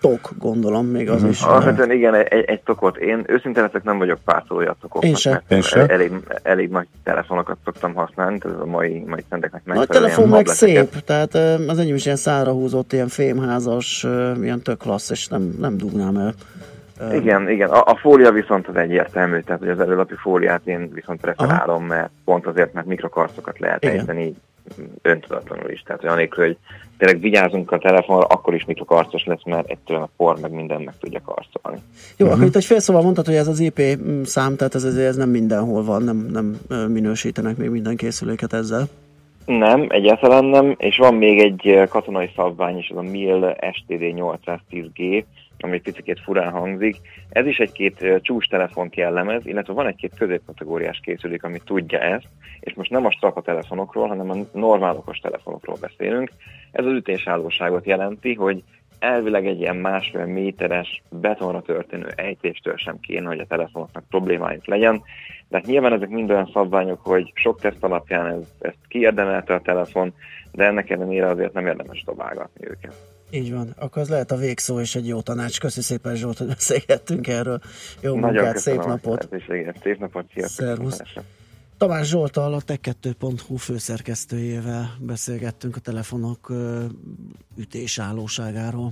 tok, gondolom, még az is. Alapvetően igen, egy tokot. Én őszintén leszek, nem vagyok pártolója a tokoknak, mert elég nagy telefonokat szoktam használni, ez a mai trendeknek megfelelően. Nagy telefon meg szép, tehát az enyém is ilyen szárra húzott, ilyen fémházas, ilyen tök klassz, és nem dugnám el. Igen. A fólia viszont az egyértelmű, tehát hogy az előlapi fóliát én viszont preferálom, mert pont azért, mert mikrokarcokat lehet ejteni öntudatlanul is. Tehát olyan nélkül, hogy tényleg vigyázunk a telefonra, akkor is mikrokarcos lesz, mert egyszerűen a por meg minden meg tudja karcolni. Jó, akkor itt egy fél szóval mondtad, hogy ez az IP szám, tehát ez nem mindenhol van, nem minősítenek még minden készüléket ezzel. Nem, egyáltalán nem, és van még egy katonai szabvány is, az a MIL STD 810G, ami egy picit furán hangzik. Ez is egy-két csúcs telefont jellemez, illetve van egy-két középkategóriás készülék, ami tudja ezt, és most nem a strapa telefonokról, hanem a normál okos telefonokról beszélünk. Ez az ütésállóságot jelenti, hogy elvileg egy ilyen 1,5 méteres betonra történő ejtéstől sem kéne, hogy a telefonoknak problémájuk legyen. De hát nyilván ezek mind olyan szabványok, hogy sok teszt alapján ezt kiérdemelte a telefon, de ennek ellenére azért nem érdemes dobálgatni őket. Így van, akkor ez lehet a végszó és egy jó tanács. Köszi szépen, Zsolt, hogy beszélgettünk erről. Jó munkát, szép napot! Szép napot, szervusz! Tamás Zsolttal, a tech2.hu főszerkesztőjével beszélgettünk a telefonok ütésállóságáról.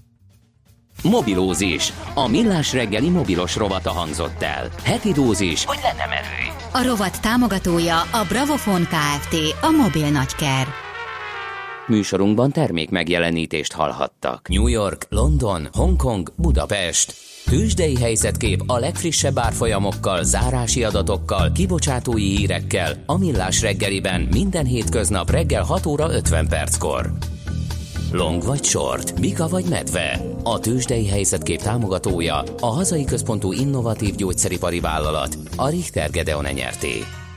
Mobilózis. A Millás reggeli mobilos rovata hangzott el. Heti dózis, hogy lenne merő. A rovat támogatója a Bravofon Kft. A mobil nagyker. Műsorunkban termék megjelenítést hallhattak. New York, London, Hongkong, Budapest. Tőzsdei helyzetkép a legfrissebb árfolyamokkal, zárási adatokkal, kibocsátói hírekkel a Millás reggeliben minden hétköznap reggel 6 óra 50 perckor. Long vagy short, bika vagy medve. A tőzsdei helyzetkép támogatója a hazai központú innovatív gyógyszeripari vállalat, a Richter Gedeon nyerté.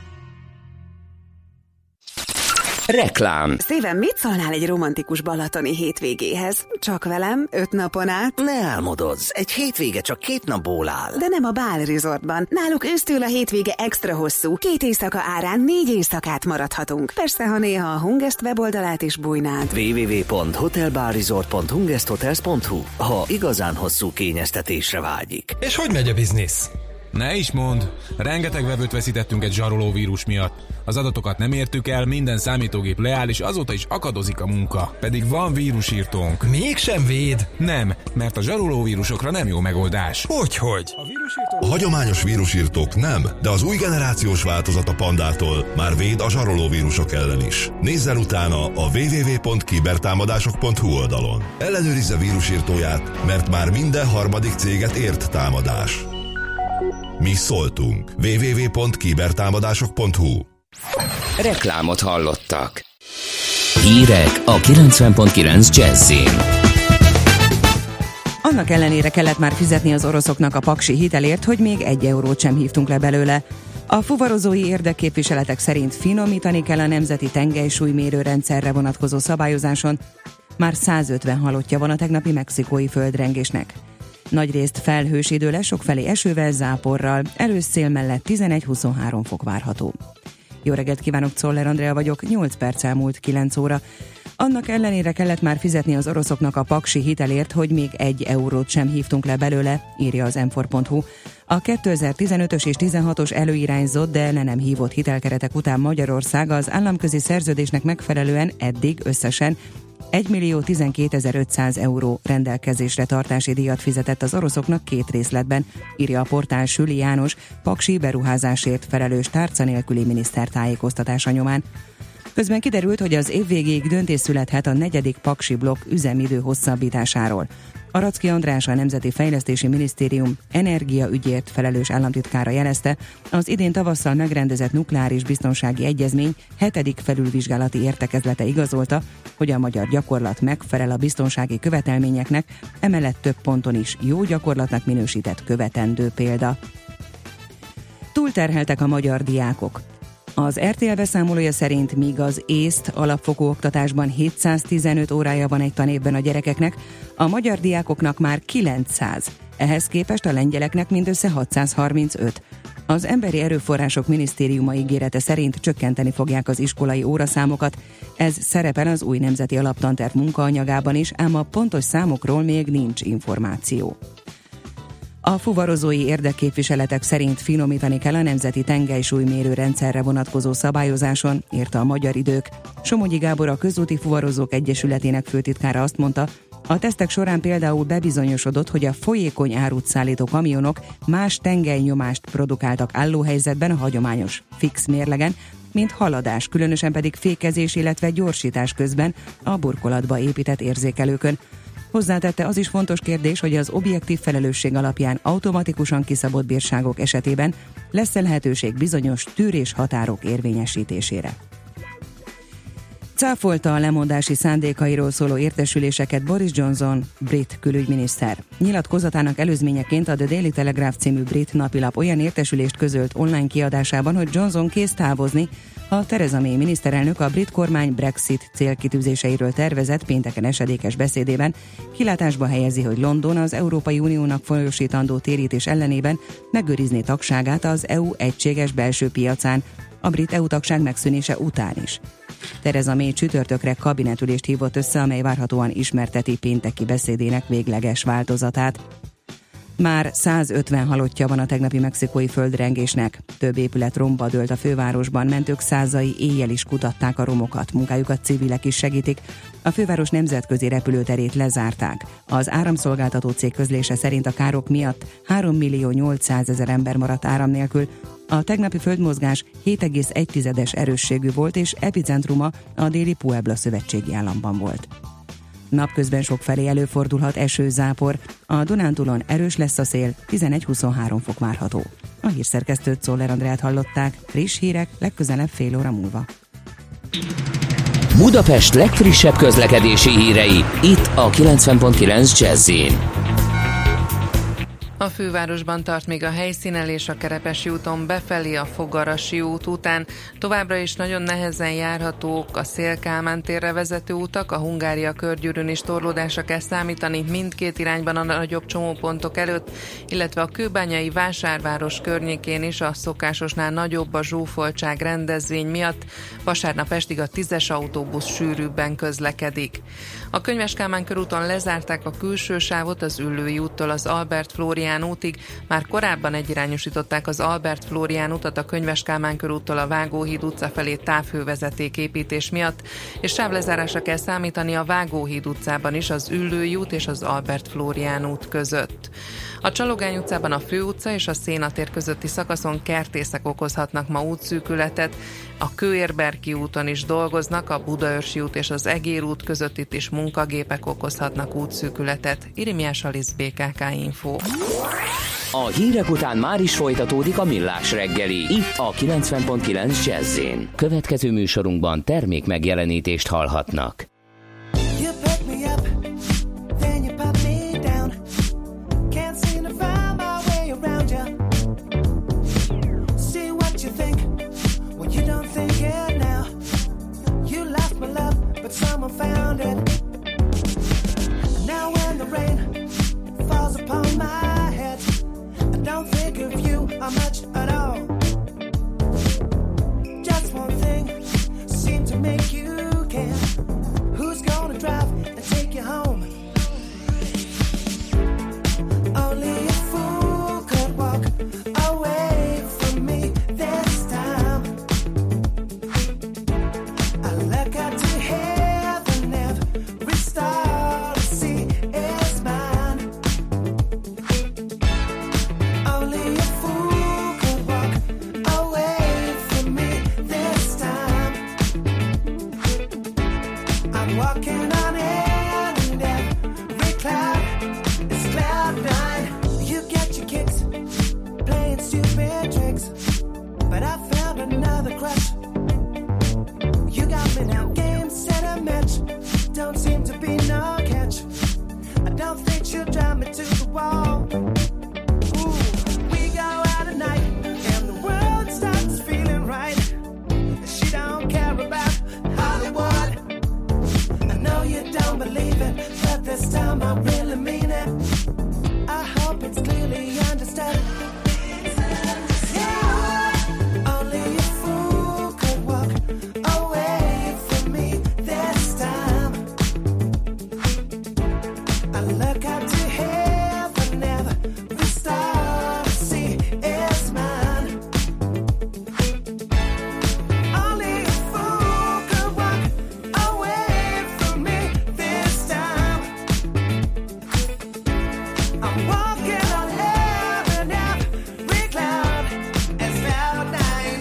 Reklám. Szívem, mit szólnál egy romantikus balatoni hétvégéhez? Csak velem, 5 napon át? Ne álmodozz, egy hétvége csak 2 napból áll. De nem a Bál Resortban. Náluk ősztől a hétvége extra hosszú. 2 éjszaka árán 4 éjszakát maradhatunk. Persze, ha néha a Hungest weboldalát is bújnád. www.hotelbálresort.hungest.hotels.hu. Ha igazán hosszú kényeztetésre vágyik. És hogy megy a biznisz? Ne is mondd, rengeteg vevőt veszítettünk egy zsaroló vírus miatt. Az adatokat nem értük el, minden számítógép leáll, és azóta is akadozik a munka. Pedig van vírusírtónk. Mégsem véd? Nem, mert a zsaroló vírusokra nem jó megoldás. Hogyhogy? A hagyományos vírusírtók nem, de az új generációs változat a Pandától már véd a zsaroló vírusok ellen is. Nézz el utána a www.kibertámadások.hu oldalon. Ellenőrizze vírusírtóját, mert már minden harmadik céget ért támadás. Mi szóltunk. www.kibertámadások.hu. Reklámot hallottak. Hírek a 90.9 Jazzin. Annak ellenére kellett már fizetni az oroszoknak a paksi hitelért, hogy még 1 eurót sem hívtunk le belőle. A fuvarozói érdekképviseletek szerint finomítani kell a nemzeti tengelysúlymérő rendszerre vonatkozó szabályozáson. Már 150 halottja van a tegnapi mexikói földrengésnek. Nagyrészt felhős idő lesz, sokfelé esővel, záporral, erős mellett 11-23 fok várható. Jó reggelt kívánok, Czoller Andrea vagyok, 8 perc elmúlt 9 óra. Annak ellenére kellett már fizetni az oroszoknak a paksi hitelért, hogy még 1 eurót sem hívtunk le belőle, írja az m4.hu. A 2015-ös és 16-os előirányzott, de nem hívott hitelkeretek után Magyarország az államközi szerződésnek megfelelően eddig összesen 1.012.500 euró rendelkezésre tartási díjat fizetett az oroszoknak 2 részletben, írja a portál Süli János, paksi beruházásért felelős tárca nélküli miniszter tájékoztatása nyomán. Közben kiderült, hogy az év végéig döntés születhet a 4. paksi blokk üzemidő hosszabbításáról. Aracki András, a Nemzeti Fejlesztési Minisztérium energiaügyért felelős államtitkára jelezte, az idén tavasszal megrendezett nukleáris biztonsági egyezmény 7. felülvizsgálati értekezlete igazolta, hogy a magyar gyakorlat megfelel a biztonsági követelményeknek, emellett több ponton is jó gyakorlatnak minősített követendő példa. Túlterheltek a magyar diákok. Az RTL beszámolója szerint míg az észt alapfokú oktatásban 715 órája van egy tanévben a gyerekeknek, a magyar diákoknak már 900. Ehhez képest a lengyeleknek mindössze 635. Az Emberi Erőforrások Minisztériuma ígérete szerint csökkenteni fogják az iskolai óraszámokat. Ez szerepel az új nemzeti alaptanterv munkaanyagában is, ám a pontos számokról még nincs információ. A fuvarozói érdekképviseletek szerint finomítani kell a nemzeti tengelysúlymérő rendszerre vonatkozó szabályozáson, írta a Magyar Idők. Somogyi Gábor, a Közúti Fuvarozók Egyesületének főtitkára azt mondta, a tesztek során például bebizonyosodott, hogy a folyékony árut szállító kamionok más tengelynyomást produkáltak állóhelyzetben a hagyományos fix mérlegen, mint haladás, különösen pedig fékezés, illetve gyorsítás közben a burkolatba épített érzékelőkön. Hozzátette, az is fontos kérdés, hogy az objektív felelősség alapján automatikusan kiszabott bírságok esetében lesz-e lehetőség bizonyos tűréshatárok érvényesítésére. Cáfolta a lemondási szándékairól szóló értesüléseket Boris Johnson, brit külügyminiszter. Nyilatkozatának előzményeként a The Daily Telegraph című brit napilap olyan értesülést közölt online kiadásában, hogy Johnson kész távozni, ha Theresa May miniszterelnök a brit kormány Brexit célkitűzéseiről tervezett pénteken esedékes beszédében kilátásba helyezi, hogy London az Európai Uniónak folyósítandó térítés ellenében megőrizné tagságát az EU egységes belső piacán, a brit EU tagság megszűnése után is. Theresa May csütörtökre kabinetülést hívott össze, amely várhatóan ismerteti pénteki beszédének végleges változatát. Már 150 halottja van a tegnapi mexikói földrengésnek. Több épület romba dőlt a fővárosban, mentők százai éjjel is kutatták a romokat, munkájukat civilek is segítik. A főváros nemzetközi repülőterét lezárták. Az áramszolgáltató cég közlése szerint a károk miatt 3.800.000 ember maradt áram nélkül. A tegnapi földmozgás 7,1-es erősségű volt, és epicentruma a déli Puebla szövetségi államban volt. Napközben sokfelé előfordulhat eső-zápor, a Dunántúlon erős lesz a szél, 11-23 fok várható. A hírszerkesztőt, Czoller Andreát hallották, friss hírek legközelebb fél óra múlva. Budapest legfrissebb közlekedési hírei, itt a 90.9 Jazz-in. A fővárosban tart még a helyszínelés a Kerepesi úton befelé a Fogarasi út után. Továbbra is nagyon nehezen járhatók a Széll-Kálmán térre vezető utak, a Hungária körgyűrűn is torlódásra kell számítani mindkét irányban a nagyobb csomópontok előtt, illetve a kőbányai vásárváros környékén is a szokásosnál nagyobb a zsúfoltság rendezvény miatt. Vasárnap estig a 10-es autóbusz sűrűbben közlekedik. A Könyves Kálmán körúton lezárták a külső sávot az Üllői úttól az Albert Flórián útig, már korábban egyirányosították az Albert Flórián utat a Könyves Kálmán körúttól a Vágóhíd utca felé távhővezeték építés miatt, és sávlezárásra kell számítani a Vágóhíd utcában is az Üllői út és az Albert Flórián út között. A Csalogány utcában a Főutca és a Szénatér közötti szakaszon kertészek okozhatnak ma útszűkületet, a Kőérberki úton is dolgoznak, a Budaörsi út és az Egér út között itt is munkagépek okozhatnak útszűkületet. Irimiás Alisz, BKK Info. A hírek után már is folytatódik a Millás reggeli, itt a 90.9 Jazz-in. Következő műsorunkban termék megjelenítést hallhatnak. Someone found it. Now when the rain falls upon my head, I don't think of you much at all. Just one thing seemed to make you care. Who's gonna drive and take you home? Only a fool could walk away from me this time. I look out to hear yeah. I'm walking on air and every cloud is cloud nine.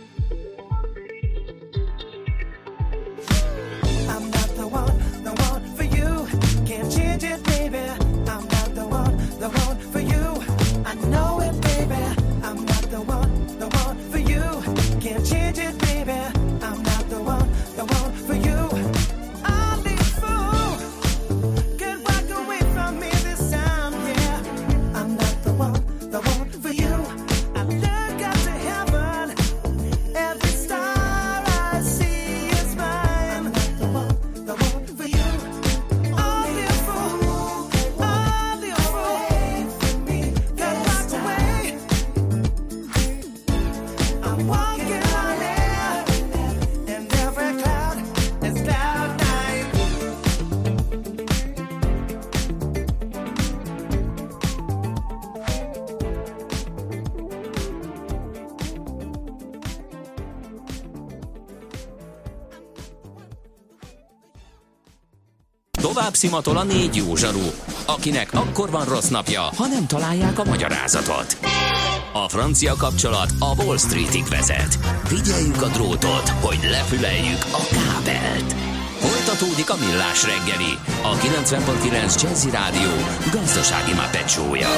I'm not the one for you. Can't change it, baby. I'm not the one for you. I know it, baby. I'm not the one for you. Can't change it, baby. I'm not the one for you. I'll be fool. Get back away from me this time, yeah. I'm not the one for you. I look up to heaven. Every star I see is mine. I'm not the one for you. I'll be a fool. I'll be a fool. Get back away. I'm walking on air, and every cloud is cloud nine. Tovább szimatol a 4 jó zsaru, akinek akkor van rossz napja, ha nem találják a magyarázatot. A francia kapcsolat a Wall Streetig vezet. Figyeljük a drótot, hogy lefüleljük a kábelt. Folytatódik a Millás reggeli, a 90.9 Jazzy Rádió gazdasági mápecsója.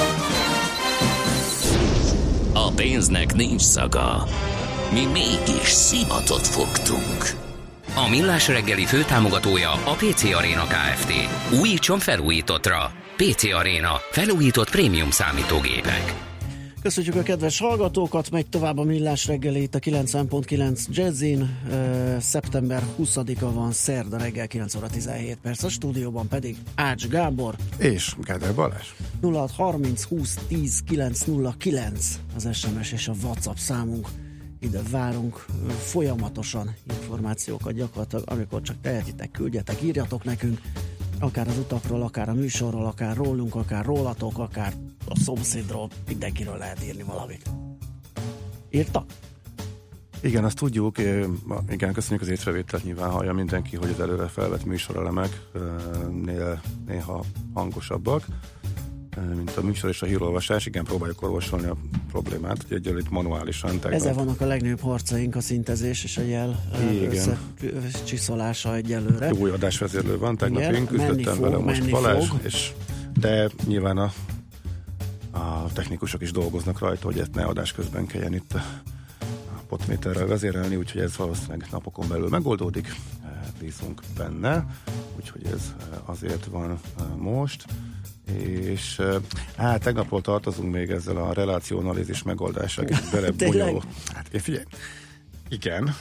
A pénznek nincs szaga. Mi mégis szimatot fogtunk. A Millás reggeli főtámogatója a PC Arena Kft. Újítson felújítottra. PC Arena. Felújított prémium számítógépek. Köszönjük a kedves hallgatókat, megy tovább a Millás reggeli itt a 90.9 Jazzin. Szeptember 20-a van, szerda reggel 9 óra 17 perc, a stúdióban pedig Ács Gábor és Gede Balázs. 0630 20 10 909 az SMS és a WhatsApp számunk. Ide várunk folyamatosan információkat gyakorlatilag, amikor csak tehetitek, küldjetek, írjatok nekünk, akár az utakról, akár a műsorról, akár rólunk, akár rólatok, akár a szomszédról, mindenkiről lehet írni valamit. Írtak? Igen, azt tudjuk, igen, köszönjük az észrevételt, nyilván hallja mindenki, hogy az előre felvett műsorelemek néha hangosabbak, mint a műsor és a hírolvasás. Igen, próbáljuk orvosolni a problémát, hogy egyelőtt itt manuálisan. Ezzel vannak a legnagyobb harcaink, a szintezés és a jel összecsiszolása egyelőre. Jó adásvezérlő van, tegnap én küzdöttem vele, most Balázs, de nyilván a technikusok is dolgoznak rajta, hogy ezt ne adás közben kelljen itt a potméterrel vezérelni, úgyhogy ez valószínűleg napokon belül megoldódik, bízunk benne, úgyhogy ez azért van most. És tegnapról tartozunk még ezzel a relációanalízis megoldással, belebonyoló. Hát figyelj, igen,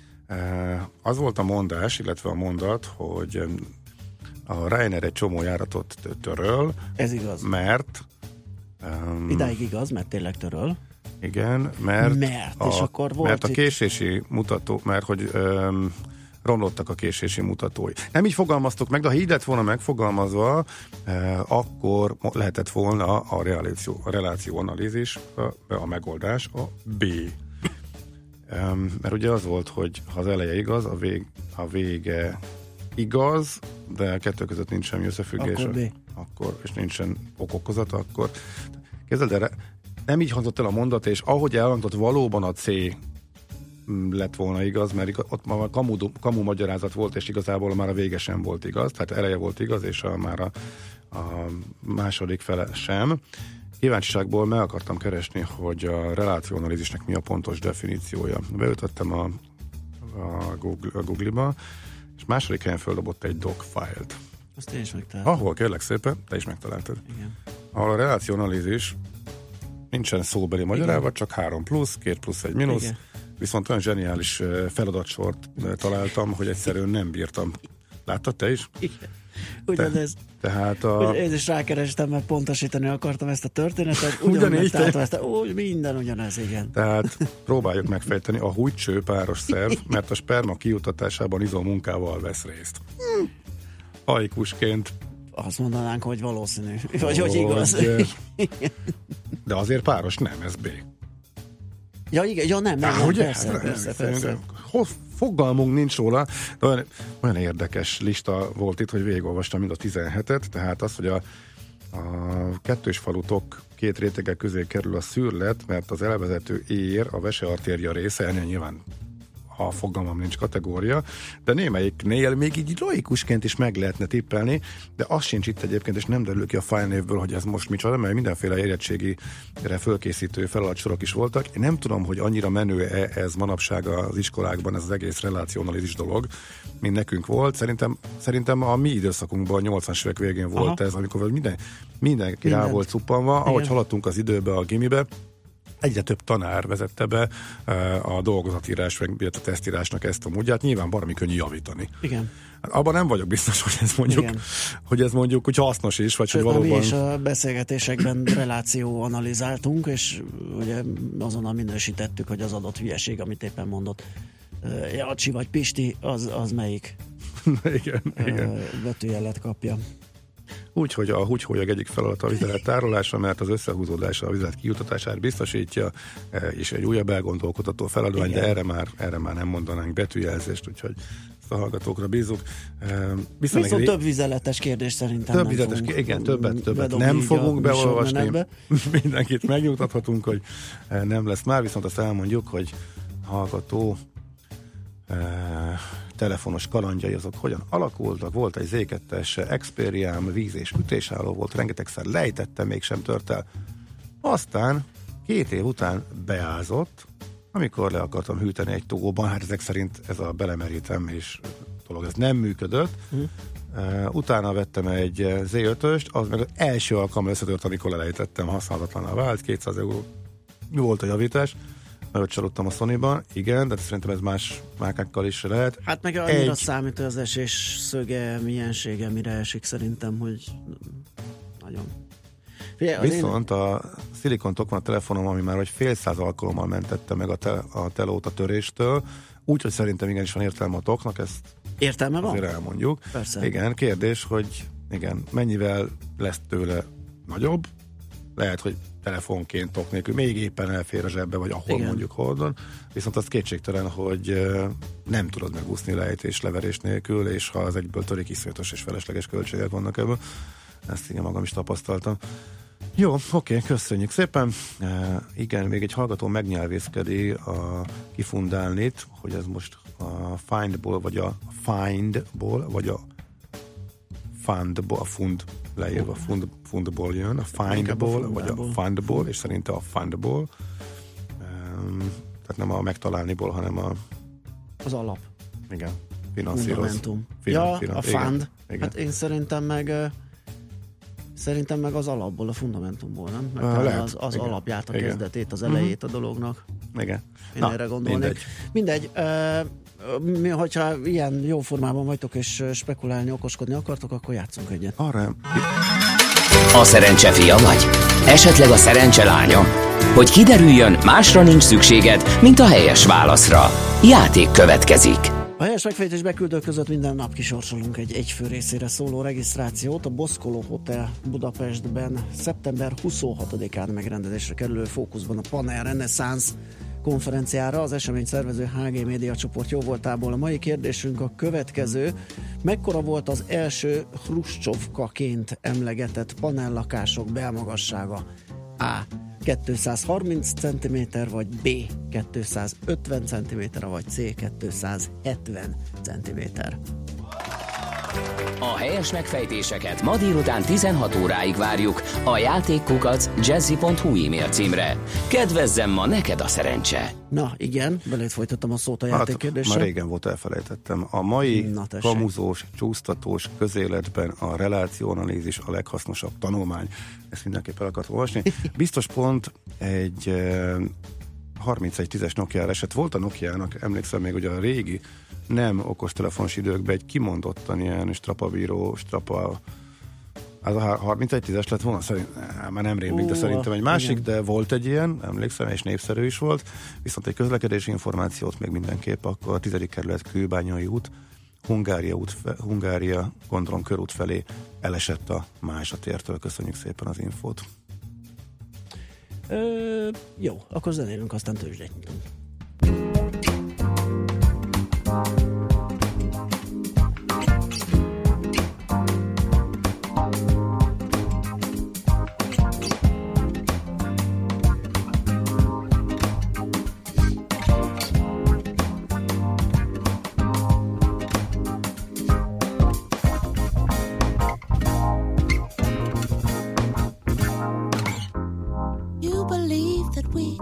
az volt a mondás, illetve a mondat, hogy a Ryanair egy csomó járatot töröl. Ez igaz. Mert idáig igaz, mert tényleg töröl. Igen, mert a késési mutató, mert hogy romlottak a késési mutatói. Nem így fogalmaztuk meg, de ha így lett volna megfogalmazva, akkor lehetett volna a relációanalízis, a megoldás a B. Mert ugye az volt, hogy ha az eleje igaz, a vége igaz, de a kettő között nincs semmi összefüggés, akkor és nincsen okokozata, akkor kezdeld erre. Nem így hangzott el a mondat, és ahogy elhangzott, valóban a C lett volna igaz, mert ott már kamu magyarázat volt, és igazából már a vége sem volt igaz, tehát eleje volt igaz, és már a második fele sem. Kíváncsiságból meg akartam keresni, hogy a relációanalízisnek mi a pontos definíciója. Beütöttem a Google-ba, és második helyen földobott egy docfile-t. Azt én is megtaláltam. Ahol, kérlek szépen, te is megtaláltad. Igen. Ahol a relációanalízis nincsen szóbeli magyarázat, csak 3 plusz, 2 plusz, 1 mínusz. Igen. Viszont olyan zseniális feladatsort találtam, hogy egyszerűen nem bírtam. Láttad te is? Igen. Ugyanez. Tehát én is rákerestem, mert pontosítani akartam ezt a történetet. Ugyanígy. Minden ugyanez, igen. Tehát próbáljuk megfejteni a húgycső páros szerv, mert a sperma kijutatásában izommunkával vesz részt. Haikusként. Azt mondanánk, hogy valószínű. Vagy hogy igaz. De azért páros nem, ez B. Ja, igen, ja nem, persze. Fogalmunk nincs róla, de olyan érdekes lista volt itt, hogy végigolvastam mind a 17-et, tehát az, hogy a kettős falutok két rétegek közé kerül a szürlet, mert az elvezető ér a veseartérja része, ennél nyilván ha fogalmam nincs kategória, de némelyiknél még így laikusként is meg lehetne tippelni, de az sincs itt egyébként, és nem derül ki a fájlnévből, hogy ez most micsoda, mert mindenféle érettségire fölkészítő feladatsorok is voltak. Én nem tudom, hogy annyira menő-e ez manapság az iskolákban, ez az egész relacionalizis dolog, mint nekünk volt. Szerintem a mi időszakunkban, a 80-as évek végén volt ez, amikor mindenki rá volt cuppanva, ahogy haladtunk az időbe, a gimibe, egyre több tanár vezette be a dolgozatírás, vagy a tesztírásnak ezt a módját, nyilván baromi könnyű javítani. Igen. Abban nem vagyok biztos, hogy ez mondjuk hogy hasznos is, vagy hogy valóban... Mi is a beszélgetésekben relációanalizáltunk, és ugye azonnal minősítettük, hogy az adott hülyeség, amit éppen mondott Jacsi vagy Pisti, az melyik igen. betűjelet kapja. Úgyhogy a húgyhólyag egyik feladata a vizelet tárolása, mert az összehúzódása a vizelet kijutatását biztosítja, és egy újabb elgondolkodható feladvány, de erre már nem mondanánk betűjelzést, úgyhogy ezt a hallgatókra bízunk. Viszont több vizeletes kérdés szerintem több vizeletes igen, többet nem fogunk beolvasni. Mindenkit megnyugtathatunk, hogy nem lesz már, viszont azt elmondjuk, hogy hallgató telefonos kalandjai azok hogyan alakultak. Volt egy Z2-es Xperiám, víz- és ütésálló volt, rengetegszer lejtettem, mégsem tört el. Aztán 2 év után beázott, amikor le akartam hűteni egy tóban, hát ezek szerint ez a belemerítem és dolog, ez nem működött. Utána vettem egy Z5-öst, az meg az első alkalommal összetört, amikor lelejtettem, használatlanul vált, 200 euró volt a javítás. Mert csalódtam a Sony-ban, igen, de szerintem ez más márkákkal is lehet. Hát meg annyira számít, hogy az esés szöge, miensége, mire esik szerintem, hogy nagyon. Viszont a szilikontok van a telefonom, ami már vagy fél száz alkalommal mentette meg a telót a töréstől, úgyhogy szerintem igenis van értelme a toknak, ezt értelme van? Azért elmondjuk. Persze. Igen, kérdés, hogy igen, mennyivel lesz tőle nagyobb, lehet, hogy telefonként tok nélkül, még éppen elfér a zsebbe, vagy ahol igen. Mondjuk holdon, viszont az kétségtelen, hogy nem tudod megúszni lejtés, leverés nélkül, és ha az egyből törik, iszonyatos és felesleges költségek vannak ebből. Ezt igen, magam is tapasztaltam. Jó, oké, köszönjük szépen. Igen, még egy hallgató megnyelvészkedi a kifundálnit, hogy ez most a findból, vagy a findból, vagy a fundból, a fund leírva, fundból jön, a findból, vagy a fundból, és szerinte a fundból. Tehát nem a megtalálniból, hanem az alap. Igen, finanszíroz. A fund. Igen. Hát én szerintem meg az alapból, a fundamentumból, nem? Meg az alapját, a kezdetét, az elejét a dolognak. Igen. Én erre gondolnék. Mindegy. Hogyha ilyen jó formában vagytok, és spekulálni, okoskodni akartok, akkor játszunk egyet. Arra. A szerencse fia vagy? Esetleg a szerencse lánya? Hogy kiderüljön, másra nincs szükséged, mint a helyes válaszra. Játék következik. A helyes megfejtés beküldők között minden nap kisorsolunk egy egyfő részére szóló regisztrációt. A Boszkoló Hotel Budapestben szeptember 26-án megrendezésre kerülő fókuszban a Panel Renaissance konferenciára. Az esemény szervező HG Média csoport jóvoltából. A mai kérdésünk a következő. Mekkora volt az első Hruscsovkaként emlegetett panellakások belmagassága? A. 230 cm, vagy B. 250 cm, vagy C. 270 cm. A helyes megfejtéseket ma délután 16 óráig várjuk a játékkukac@jazzy.hu e-mail címre. Kedvezzem ma neked a szerencse! Na igen, belét folytattam a szót a játékkérdéssel. Már régen volt, elfelejtettem. A mai kamuzós, csúsztatós közéletben a relációanalízis a leghasznosabb tanulmány. Ezt mindenképp el akartam olvasni. Biztos pont egy 3110-es Nokia eset volt a Nokiának, emlékszem még, hogy a régi nem okostelefonos időkben egy kimondottan ilyen strapabíró, az a 3110-es lett volna, már nem rémlik, de szerintem egy másik, igen. De volt egy ilyen, emlékszem, és népszerű is volt, viszont egy közlekedési információt még mindenképp, akkor a 10. kerület Kőbányai út, Hungária, gondolom körút felé elesett a Másatértől. Köszönjük szépen az infót. Jó, akkor zenélünk, aztán tőzsdét nyitunk.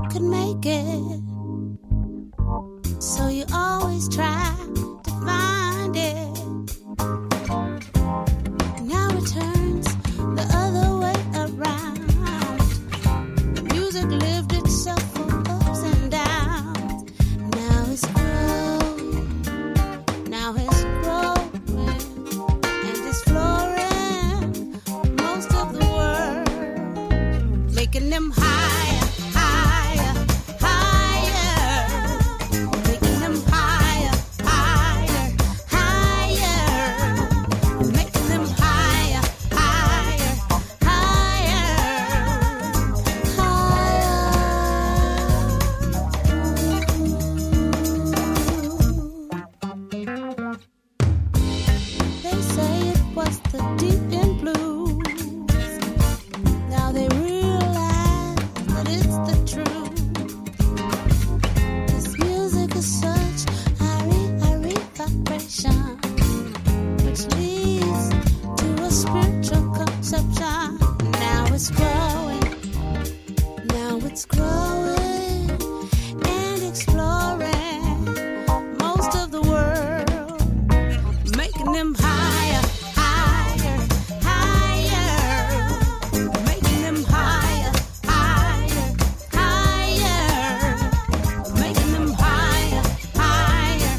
could make it. So you always try to find it. Now it turns the other way around. The music lived itself for ups and downs. Now it's growing, now it's growing, and it's flooring most of the world, making them higher, higher, higher, making them higher, higher, higher, making them higher, higher, higher. They say it was the deep in blues. Now they realize that it's the truth. This music is such a vibration, which leads to a spiritual conception. Now it's growing, and exploring most of the world, making them higher, higher, higher, making them higher, higher, higher, making them higher, higher,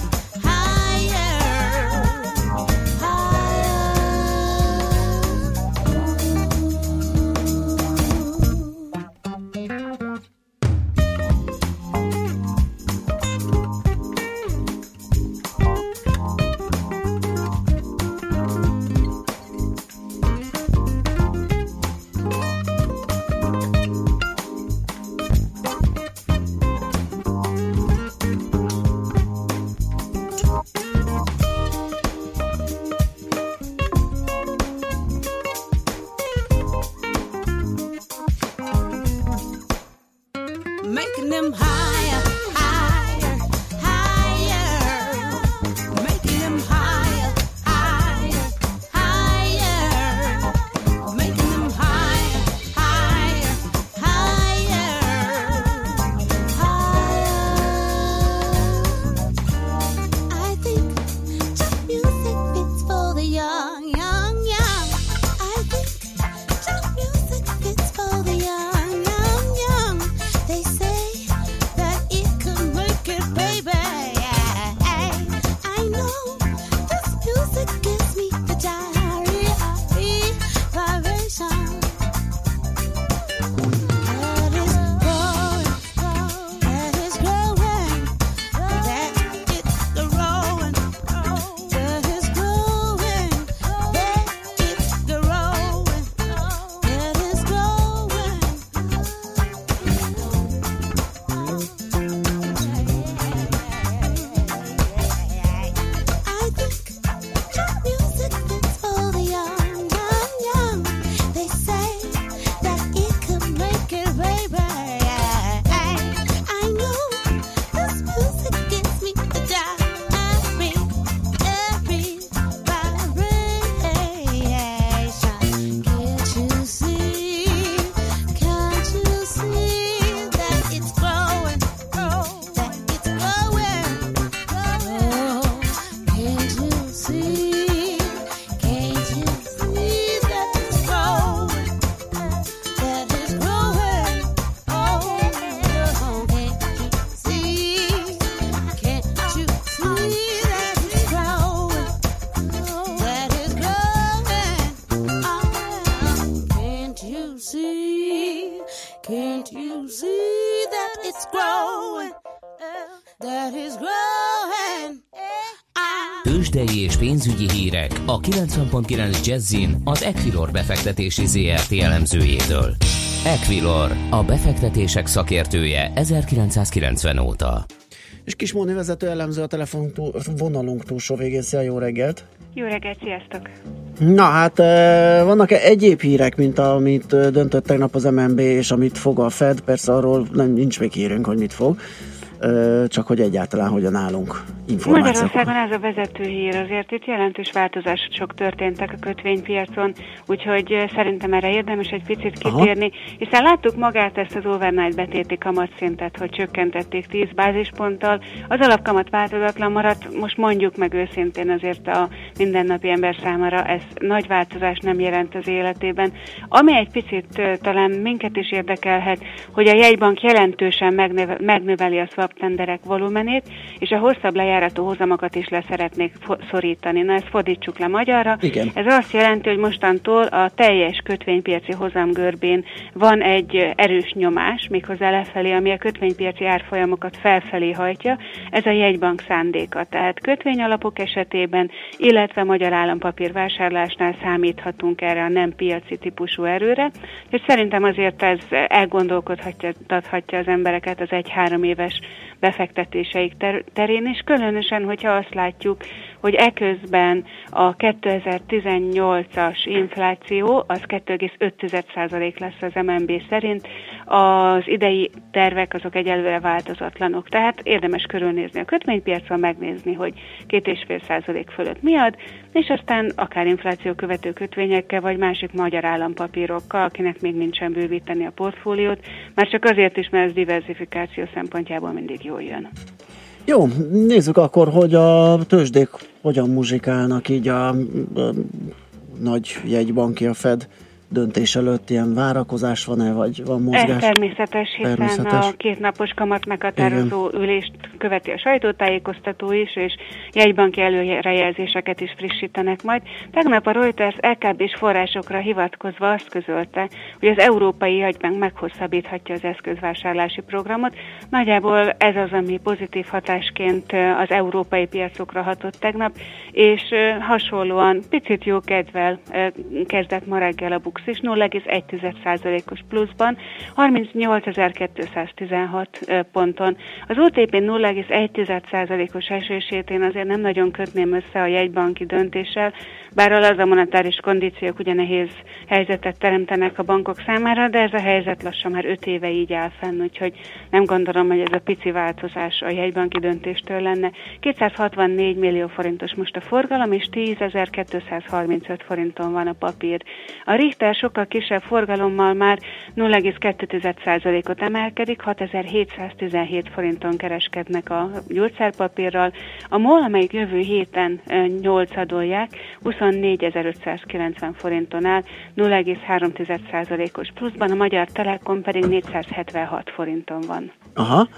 making them higher, higher, higher, making them higher, higher, higher, making them higher, higher, higher. I think just music fits for the young, young, young. I think just music fits for the young, young, young. They say that it could make it, baby. I know this music gives me the diarrhea vibration. That is growing, that is growing, that it's growing, that is growing, that it's growing, that is growing. I think just music fits for the young, young, young. They say that it could make it, baby. I know this music gives me the diarrhea, every vibration. Can't you see? Can't you see that it's growing? That it's growing. Can't you see? Can't you see that it's growing? That it's growing. Oh, can't you see? Can't you see that it's growing? That it's growing. Can't you see? Can't you see that it's growing? That is growing. Tőzsdei és pénzügyi hírek a 90.9 Jazzin az Equilor befektetési ZRT elemzőjétől. Equilor, a befektetések szakértője 1990 óta. És Kismóni vezető elemző a telefonvonalunk túlsó végén. Szia, jó reggelt! Jó reggelt, sziasztok! Na hát, vannak egyéb hírek, mint amit döntött tegnap az MNB, és amit fog a Fed? Persze arról nincs még hírünk, hogy mit fog. csak hogy egyáltalán hogyan állunk információkkal. Magyarországon ez a vezető hír, azért itt jelentős változások történtek a kötvénypiacon, úgyhogy szerintem erre érdemes egy picit kitérni, hiszen láttuk magát ezt az overnight betéti kamatszintet, hogy csökkentették 10 bázisponttal, az alapkamat változatlan maradt, most mondjuk meg őszintén azért a mindennapi ember számára ez nagy változás nem jelent az életében. Ami egy picit talán minket is érdekelhet, hogy a jegybank jelentősen megnöveli a swap tenderek volumenét, és a hosszabb lejáratú hozamokat is leszeretnék szorítani. Na, ezt fordítsuk le magyarra. Igen. Ez azt jelenti, hogy mostantól a teljes kötvénypiaci hozamgörbén van egy erős nyomás, méghozzá lefelé, ami a kötvénypiaci árfolyamokat felfelé hajtja. Ez a jegybank szándéka. Tehát kötvényalapok esetében, illetve magyar állampapír vásárlásnál számíthatunk erre a nem piaci típusú erőre. És szerintem azért ez elgondolkodhatja az embereket az 1-3 éves befektetéseik terén, és különösen, hogyha azt látjuk, hogy eközben a 2018-as infláció az 2,5% lesz az MNB szerint, az idei tervek azok egyelőre változatlanok. Tehát érdemes körülnézni a kötvénypiacon, megnézni, hogy 2,5% fölött mi ad, és aztán akár infláció követő kötvényekkel, vagy másik magyar állampapírokkal, akinek még nincsen bővíteni a portfóliót, már csak azért is, mert ez diversifikáció szempontjából mindig jól jön. Jó, nézzük akkor, hogy a tőzsdék hogyan muzsikálnak így a nagy jegybanki, a Fed döntés előtt. Ilyen várakozás van-e, vagy van mozgás? Ez természetes, hiszen a 2 napos kamat meghatározó ülést követi a sajtótájékoztató is, és jegybanki előrejelzéseket is frissítenek majd. Tegnap a Reuters LKB-s forrásokra hivatkozva azt közölte, hogy az Európai Jegybank meghosszabbíthatja az eszközvásárlási programot. Nagyjából ez az, ami pozitív hatásként az európai piacokra hatott tegnap, és hasonlóan picit jó kedvel kezdett ma reggel a BUX is 0,1%-os pluszban, 38.216 ponton. Az OTP 0,1%-os esését én azért nem nagyon kötném össze a jegybanki döntéssel, bár az a monetáris kondíciók ugye nehéz helyzetet teremtenek a bankok számára, de ez a helyzet lassan már 5 éve így áll fenn, úgyhogy nem gondolom, hogy ez a pici változás a jegybanki döntéstől lenne. 264 millió forintos most a forgalom, és 10.235 forinton van a papír. A Richter sokkal kisebb forgalommal már 0,2%-ot emelkedik, 6.717 forinton kereskednek a gyógyszerpapírral. A MOL, amelyik jövő héten 8-adolják, 24.590 forinton áll, 0,3%-os pluszban, a Magyar Telekom pedig 476 forinton van. Aha.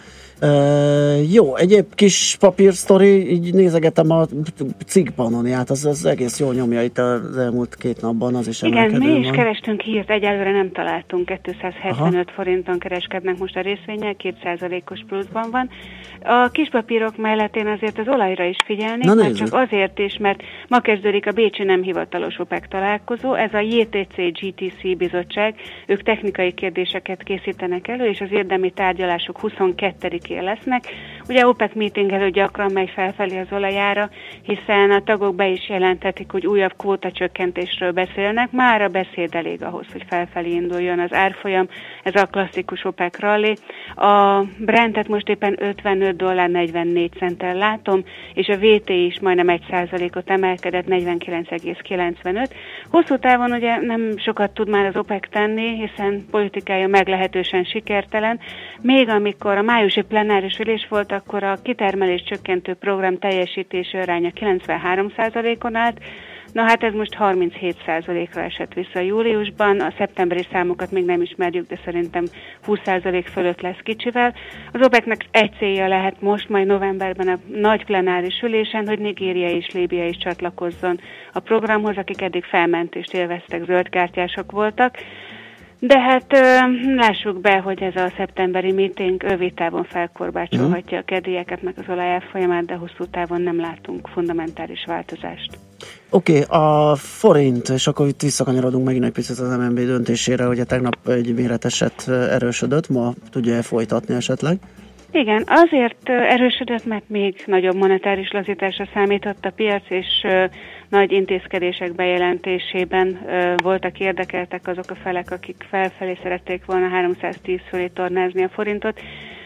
Jó, egyéb kis papírsztori, így nézegetem a cikkpanoniát, az egész jól nyomja itt az elmúlt 2 napban, az is emelkedő van. Igen, mi is kerestünk hírt, egyelőre nem találtunk, 275 forinton kereskednek most a részvények, 2%-os pluszban van. A kispapírok mellett én azért az olajra is figyelnék, mert csak azért is, mert ma kezdődik a bécsi nem hivatalos OPEC találkozó, ez a JTC-GTC bizottság, ők technikai kérdéseket készítenek elő, és az érdemi tárgyalások 22-én lesznek. Ugye OPEC meeting előtt gyakran megy felfelé az olajára, hiszen a tagok be is jelentetik, hogy újabb kvótacsökkentésről beszélnek. Már a beszéd elég ahhoz, hogy felfelé induljon az árfolyam. Ez a klasszikus OPEC rally. A Brentet most éppen $55.44 látom, és a VT is majdnem 1%-ot emelkedett, 49,95. Hosszú távon ugye nem sokat tud már az OPEC tenni, hiszen politikája meglehetősen sikertelen. Még amikor a májusi plenáris ülés volt, akkor a kitermelés csökkentő program teljesítési aránya 93%-on állt, na hát ez most 37%-ra esett vissza júliusban, a szeptemberi számokat még nem ismerjük, de szerintem 20% fölött lesz kicsivel. Az OPEC-nek egy célja lehet most, majd novemberben a nagy plenáris ülésen, hogy Nigéria és Líbia is csatlakozzon a programhoz, akik eddig felmentést élveztek, zöldkártyások voltak. De hát lássuk be, hogy ez a szeptemberi meeting rövid távon felkorbácsolhatja a kedélyeket, meg az olajárfolyamát, de hosszú távon nem látunk fundamentális változást. Oké, a forint, és akkor itt visszakanyarodunk megint egy picit az MNB döntésére, hogy tegnap egy méreteset erősödött, ma tudja folytatni esetleg? Igen, azért erősödött, mert még nagyobb monetáris lazításra számított a piac, és nagy intézkedések bejelentésében voltak érdekeltek azok a felek, akik felfelé szerették volna 310 fölé tornázni a forintot.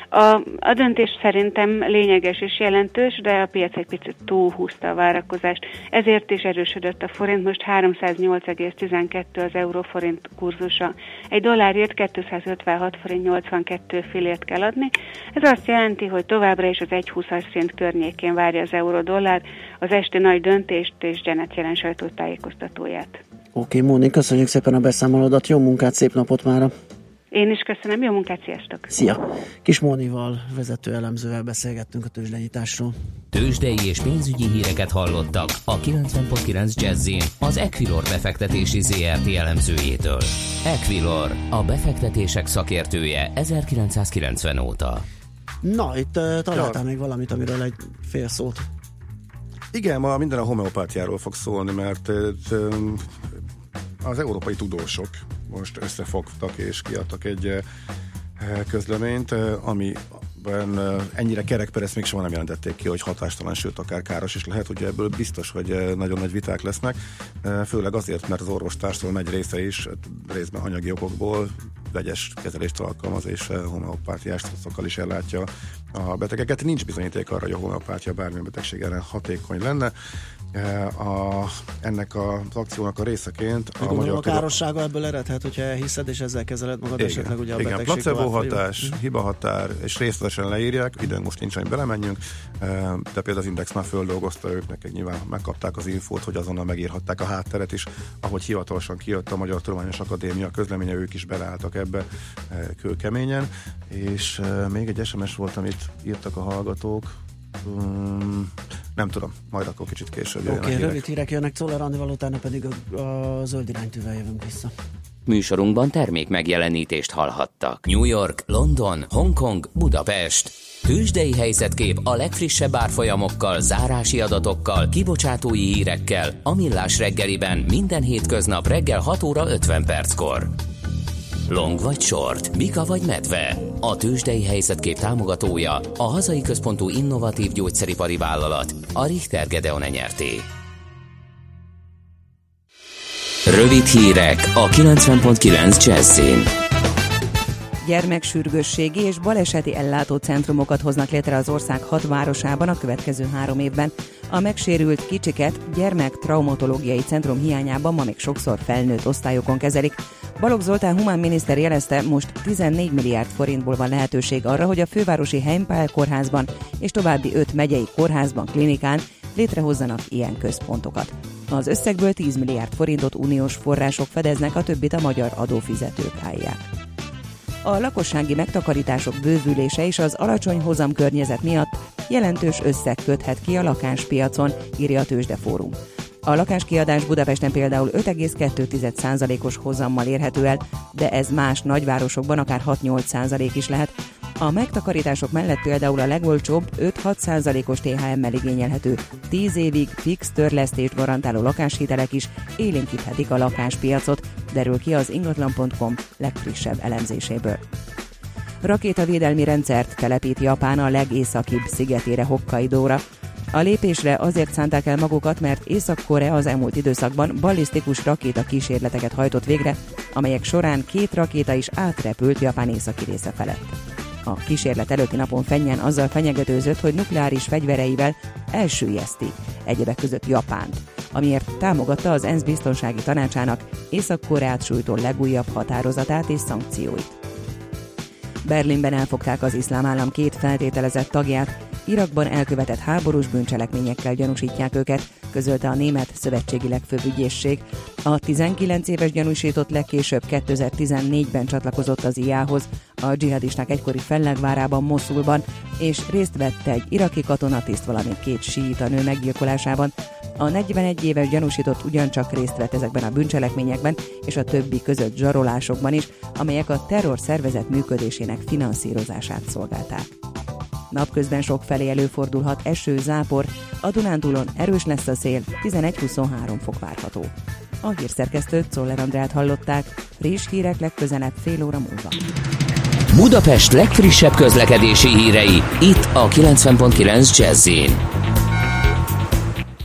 A döntés szerintem lényeges és jelentős, de a piac egy picit túlhúzta a várakozást. Ezért is erősödött a forint, most 308,12 az euró-forint kurzusa. Egy dollárért 256 forint 82 fillért kell adni. Ez azt jelenti, hogy továbbra is az 1,20-as szint környékén várja az euró-dollár az esti nagy döntést és Janet Yellen sajtótájékoztatóját. Oké, Móni, köszönjük szépen a beszámolódat, jó munkát, szép napot mára! Én is köszönöm, jó munkát, sziasztok! Szia! Kis Mónival, vezető elemzővel beszélgettünk a tőzsdenyításról. Tőzsdei és pénzügyi híreket hallottak a 90.9 Jazzin az Equilor befektetési ZRT elemzőjétől. Equilor, a befektetések szakértője 1990 óta. Na, itt találtál még valamit, amiről egy fél szót. Igen, ma minden a homeopátiáról fog szólni, mert az európai tudósok most összefogtak és kiadtak egy közleményt, amiben ennyire kerekperezt még soha nem jelentették ki, hogy hatástalan, sőt akár káros is lehet. Ugye ebből biztos, hogy nagyon nagy viták lesznek, főleg azért, mert az orvostársadalom egy része is részben anyagi okokból vegyes kezelést alkalmaz, és homeopátiás szokkal is ellátja a betegeket. Nincs bizonyíték arra, hogy a homeopátia bármilyen betegség ellen hatékony lenne. Ennek az akciónak a részeként a magyar károssága ebből eredhet, hogyha elhiszed, és ezzel kezeled magad, igen, esetleg ugye a betegség. Igen, placebo hatás, hibahatár, és részletesen leírják, időn most nincs, hogy belemenjünk, de például az Index már földolgozta őknek, nyilván megkapták az infót, hogy azonnal megírhatták a hátteret is, ahogy hivatalosan kijött a Magyar Tudományos Akadémia közleménye, ők is beleálltak ebbe kőkeményen, és még egy SMS volt, amit írtak a hallgatók, nem tudom, majd akkor kicsit később. Oké, rövid hírek jönnek, Czoller Andival, utána pedig a zöld iránytűvel jövünk vissza. Műsorunkban termék megjelenítést hallhattak. New York, London, Hongkong, Budapest. Tőzsdei helyzetkép a legfrissebb árfolyamokkal, zárási adatokkal, kibocsátói hírekkel a Millás reggeliben minden hétköznap reggel 6 óra 50 perckor. Long vagy short, bika vagy medve. A tőzsdei helyzetkép támogatója a hazai központú innovatív gyógyszeripari vállalat, a Richter Gedeon Nyrt. Rövid hírek a 90.9 Jazzin. Gyermeksürgősségi és baleseti ellátó centrumokat hoznak létre az ország 6 városában a következő 3 évben. A megsérült kicsiket gyermektraumatológiai centrum hiányában ma még sokszor felnőtt osztályokon kezelik. Balogh Zoltán humán miniszter jelezte, most 14 milliárd forintból van lehetőség arra, hogy a fővárosi Heimpál kórházban és további 5 megyei kórházban, klinikán létrehozzanak ilyen központokat. Az összegből 10 milliárd forintot uniós források fedeznek, a többit a magyar adófizetők állják. A lakossági megtakarítások bővülése és az alacsony hozamkörnyezet miatt jelentős összeg köthet ki a lakáspiacon, írja a Tőzsdefórum. A lakáskiadás Budapesten például 5,2%-os hozammal érhető el, de ez más nagyvárosokban akár 6-8% is lehet. A megtakarítások mellett például a legolcsóbb 5-6%-os THM-mel igényelhető 10 évig fix törlesztést garantáló lakáshitelek is élénkíthetik a lakáspiacot, derül ki az ingatlan.com legfrissebb elemzéséből. Rakétavédelmi rendszert telepít Japán a legészakibb szigetére, Hokkaidóra. A lépésre azért szánták el magukat, mert Észak-Korea az elmúlt időszakban ballisztikus rakéta kísérleteket hajtott végre, amelyek során 2 rakéta is átrepült Japán északi része felett. A kísérlet előtti napon Pchjongjan azzal fenyegetőzött, hogy nukleáris fegyvereivel elsüllyeszti egyebek között Japánt, amiért támogatta az ENSZ biztonsági tanácsának Észak-Koreát sújtó legújabb határozatát és szankcióit. Berlinben elfogták az Iszlám Állam 2 feltételezett tagját, Irakban elkövetett háborús bűncselekményekkel gyanúsítják őket, közölte a német szövetségi legfőbb ügyészség. A 19 éves gyanúsított legkésőbb 2014-ben csatlakozott az IA-hoz, a dzsihadisták egykori fellegvárában, Moszulban, és részt vett egy iraki katonatiszt, valamint 2 síita nő meggyilkolásában. A 41 éves gyanúsított ugyancsak részt vett ezekben a bűncselekményekben, és a többi között zsarolásokban is, amelyek a terrorszervezet működésének finanszírozását szolgálták. Napközben sokfelé előfordulhat eső, zápor, a Dunántúlon erős lesz a szél, 11-23 fok várható. A hírszerkesztőt, Czoller Andrát hallották, friss hírek legközelebb fél óra múlva. Budapest legfrissebb közlekedési hírei, itt a 90.9 Jazz-in.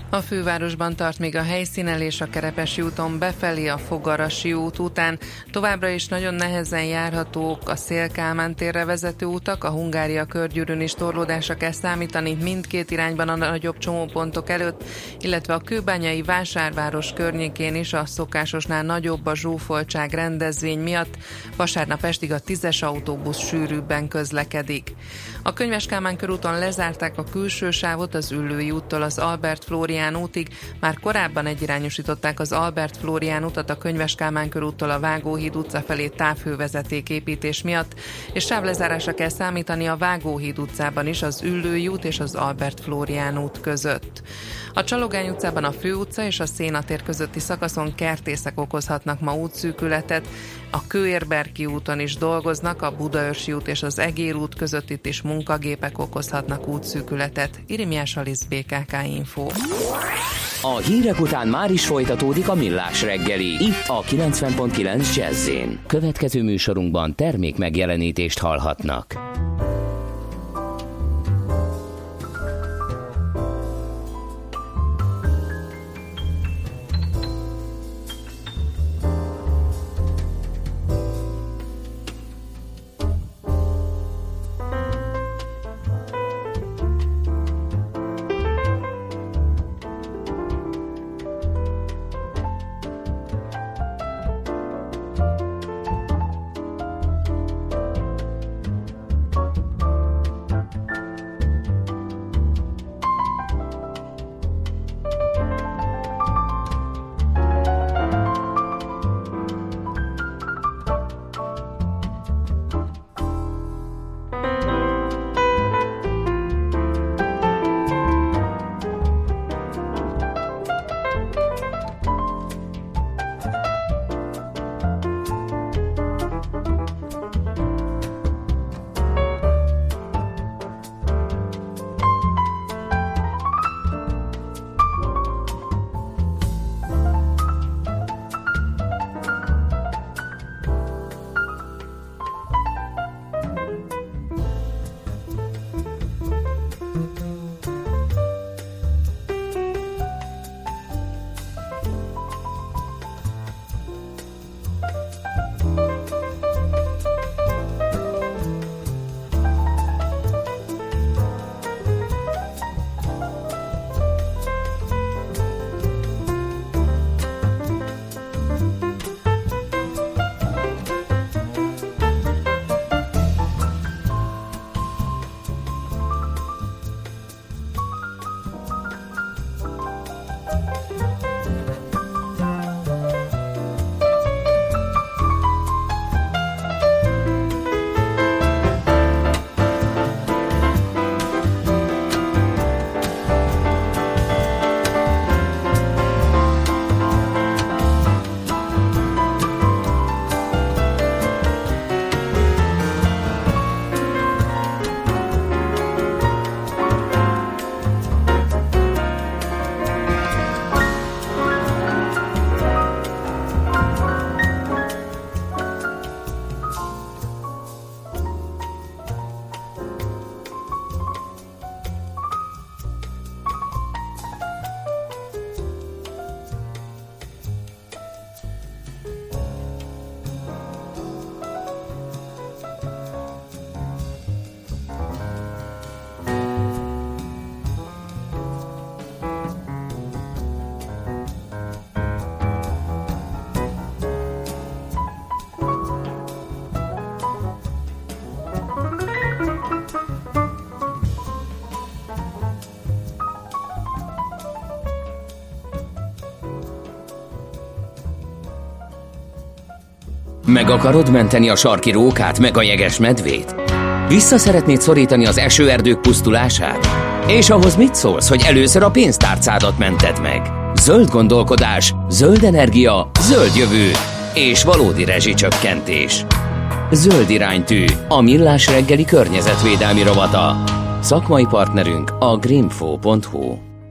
A fővárosban tart még a helyszínelés a Kerepesi úton befelé a Fogarasi út után. Továbbra is nagyon nehezen járhatók a Széll-Kálmán térre vezető utak, a Hungária körgyűrűn is torlódásra kell számítani mindkét irányban a nagyobb csomópontok előtt, illetve a kőbányai vásárváros környékén is a szokásosnál nagyobb a zsúfoltság rendezvény miatt. Vasárnap estig a 10-es autóbusz sűrűbben közlekedik. A Könyves Kálmán körúton lezárták a külső sávot az Üllői úttól az Albert Flórián útig. Már korábban egyirányosították az Albert Flórián utat a Könyves Kálmán körúttól a Vágóhíd utca felé távhővezeték építés miatt, és sávlezárásra kell számítani a Vágóhíd utcában is az Üllői út és az Albert Flórián út között. A Csalogány utcában a Főutca és a Széna tér közötti szakaszon kertészek okozhatnak ma útszűkületet, a Kőérberki úton is dolgoznak, a Budaörsi út és az Egér út között itt is munkagépek okozhatnak útszűkületet. Irimiás Alisz, BKK Info. A hírek után már is folytatódik a Millás reggeli, itt a 90.9 Jazz-én. Következő műsorunkban termék megjelenítést hallhatnak. Meg akarod menteni a sarki rókát, meg a jeges medvét? Vissza szeretnéd szorítani az esőerdők pusztulását? És ahhoz mit szólsz, hogy először a pénztárcádat mented meg? Zöld gondolkodás, zöld energia, zöld jövő és valódi rezsicsökkentés. Zöld iránytű, a Millás reggeli környezetvédelmi rovata. Szakmai partnerünk a greenfo.hu.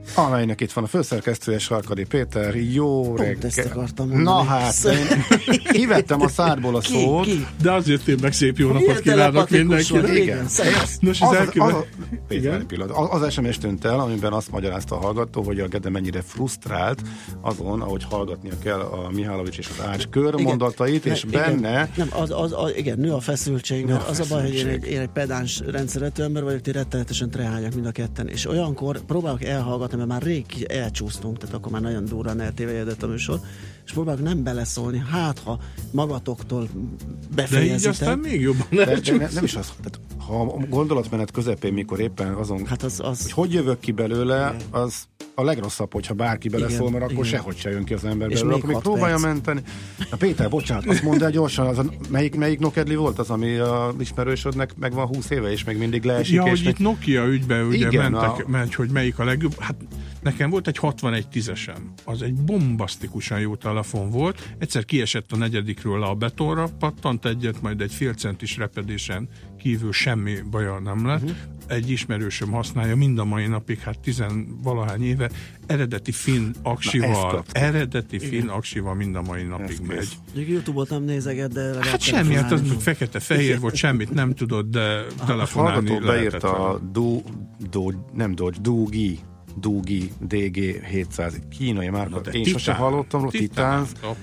amelynek itt van a főszerkesztője, Sarkadi Péter. Jó Pont ezt akartam mondani. Na hát, kivettem a szádból a szót. De azért én meg szép jó napot kívánok mindenkinek. Igen. Nos, az SMS tűnt el, amiben azt magyarázta a hallgató, hogy a Gede mennyire frusztrált azon, ahogy hallgatnia kell a Mihálovics és az Ács körmondatait, és benne... Igen, nő a feszültség, mert az a baj, hogy én egy pedáns rendszerető ember vagyok, ti rettenetesen trehányak mind a ketten, és olyankor próbálok elhallgatni, mert már rég elcsúsztunk, tehát akkor már nagyon durran eltévejedett a műsor, és próbálok nem beleszólni, hát ha magatoktól befejezitek. De így aztán még jobban nem is az, tehát ha a gondolatmenet közepén, mikor éppen azon, hogy jövök ki belőle, az a legrosszabb, hogyha bárki beleszól, mert akkor sehogy se jön ki az ember belőle, akkor még próbálja menteni. Na Péter, bocsánat, azt mondd el gyorsan, melyik Nokedli volt az, ami a ismerősödnek meg van 20 éve, és még mindig leesik. Ja, és hogy még... itt Nokia ügyben ugye igen, mentek, hogy melyik a legjobb. Hát nekem volt egy 6110-esem. Az egy bombasztikusan jó telefon volt. Egyszer kiesett a negyedikről le a betonra, pattant egyet, majd egy fél centis repedésen kívül semmi baja nem lett. Egy ismerősöm használja mind a mai napig, hát 10-valahány éve, eredeti finn aksival mind a mai napig megy. YouTube-ot nem nézeget, de hát semmi, hát az fekete-fehér volt, semmit nem tudod, de telefonálni lehetett. Beírta a Doogie DG700, kínai márka. Én sosem hallottam róla, Titán.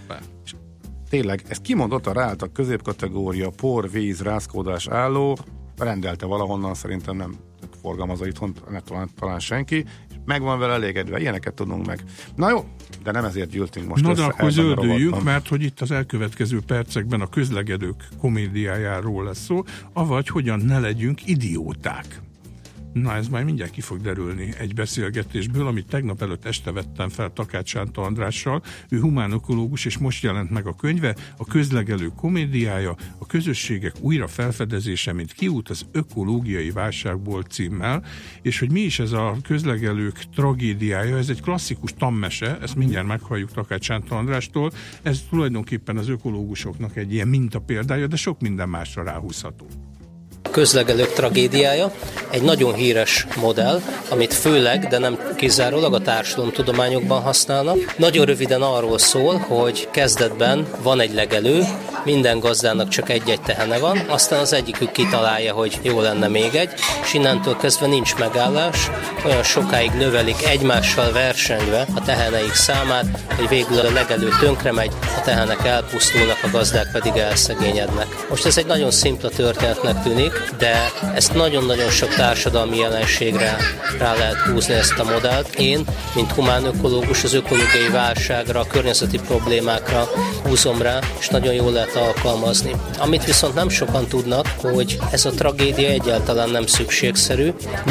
Tényleg, ezt kimondottan ráállt a középkategória, por, víz, rázkódás álló, rendelte valahonnan, szerintem nem forgalmazza itthon, talán senki, és meg van vele elégedve, ilyeneket tudunk meg. Na jó, de nem ezért gyűltünk most össze. Na de akkor zöldüljünk, mert hogy itt az elkövetkező percekben a közlekedők komédiájáról lesz szó, avagy hogyan ne legyünk idióták. Na, ez majd mindjárt ki fog derülni egy beszélgetésből, amit tegnap előtt este vettem fel Takács Sánta Andrással. Ő humánökológus, és most jelent meg a könyve, a közlegelő komédiája, a közösségek újra felfedezése, mint kiút az ökológiai válságból címmel, és hogy mi is ez a közlegelők tragédiája, ez egy klasszikus tanmese, ezt mindjárt meghalljuk Takács Sánta Andrástól, ez tulajdonképpen az ökológusoknak egy ilyen mintapéldája, de sok minden másra ráhúzható. Közlegelők tragédiája, egy nagyon híres modell, amit főleg, de nem kizárólag a társadalomtudományokban használnak. Nagyon röviden arról szól, hogy kezdetben van egy legelő, minden gazdának csak egy-egy tehene van, aztán az egyikük kitalálja, hogy jó lenne még egy, és innentől kezdve nincs megállás, olyan sokáig növelik egymással versengve a teheneik számát, hogy végül a legelő tönkre megy, a tehenek elpusztulnak, a gazdák pedig elszegényednek. Most ez egy nagyon szimpla történetnek tűnik, de ezt nagyon-nagyon sok társadalmi jelenségre rá lehet húzni ezt a modellt. Én, mint humánökológus, az ökológiai válságra, a környezeti problémákra húzom rá, és nagyon jól lehet alkalmazni. Amit viszont nem sokan tudnak, hogy ez a tragédia egyáltalán nem szükségszerű.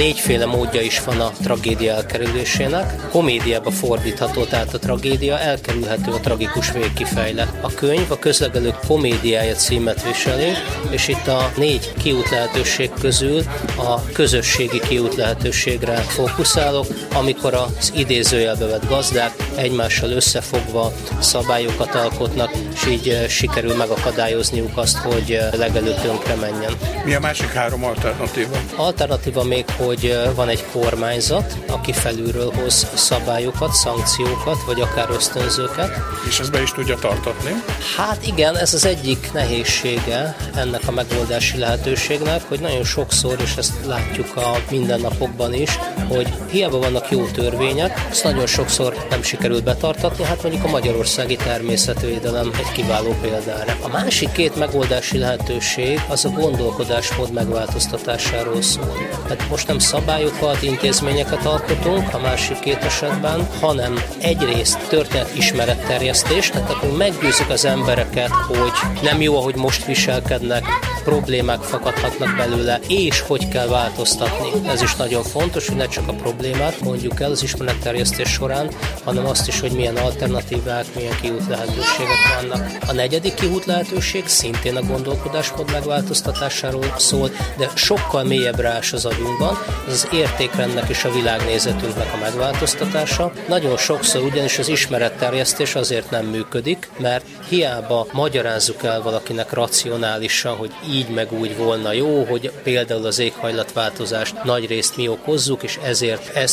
4 módja is van a tragédia elkerülésének. Komédiába fordítható, tehát a tragédia elkerülhető, a tragikus vég kifejlett. A könyv a közlegelők komédiája címet viseli, és itt a 4 kiút lehetőség közül a közösségi kiút lehetőségre fókuszálok, amikor az idézőjelbe vett gazdák egymással összefogva szabályokat alkotnak, és így sikerül megakadályozniuk azt, hogy legelő tönkre menjen. Mi a másik 3 alternatíva? Alternatíva még, hogy van egy kormányzat, aki felülről hoz szabályokat, szankciókat, vagy akár ösztönzőket. És ezt be is tudja tartatni? Hát igen, ez az egyik nehézsége ennek a megoldási lehetőségnek, hogy nagyon sokszor, és ezt látjuk a mindennapokban is, hogy hiába vannak jó törvények, ezt nagyon sokszor nem sikerül betartatni, hát mondjuk a magyarországi természetvédelem egy kiváló példára. A másik 2 megoldási lehetőség az a gondolkodásmód megváltoztatásáról szól. Hát most nem szabályokat, intézményeket alkotunk a másik 2 esetben, hanem egyrészt történetismeretterjesztés, tehát akkor meggyőzzük az embereket, hogy nem jó, ahogy most viselkednek, problémák fakadhatnak belőle, és hogy kell változtatni. Ez is nagyon fontos, hogy ne csak a problémát mondjuk el az ismeretterjesztés során, hanem azt is, hogy milyen alternatívák, milyen kiút lehetőségek vannak. A 4. kiút lehetőség szintén a gondolkodásmód megváltoztatásáról szól, de sokkal mélyebbre ás az agyunkban, ez az értékrendnek és a világnézetünknek a megváltoztatása. Nagyon sokszor ugyanis az ismeretterjesztés azért nem működik, mert hiába magyarázzuk el valakinek racionálisan, hogy így meg úgy volna jó, hogy például az éghajlatváltozást nagy részt mi okozzuk, és ezért ezt meg ezt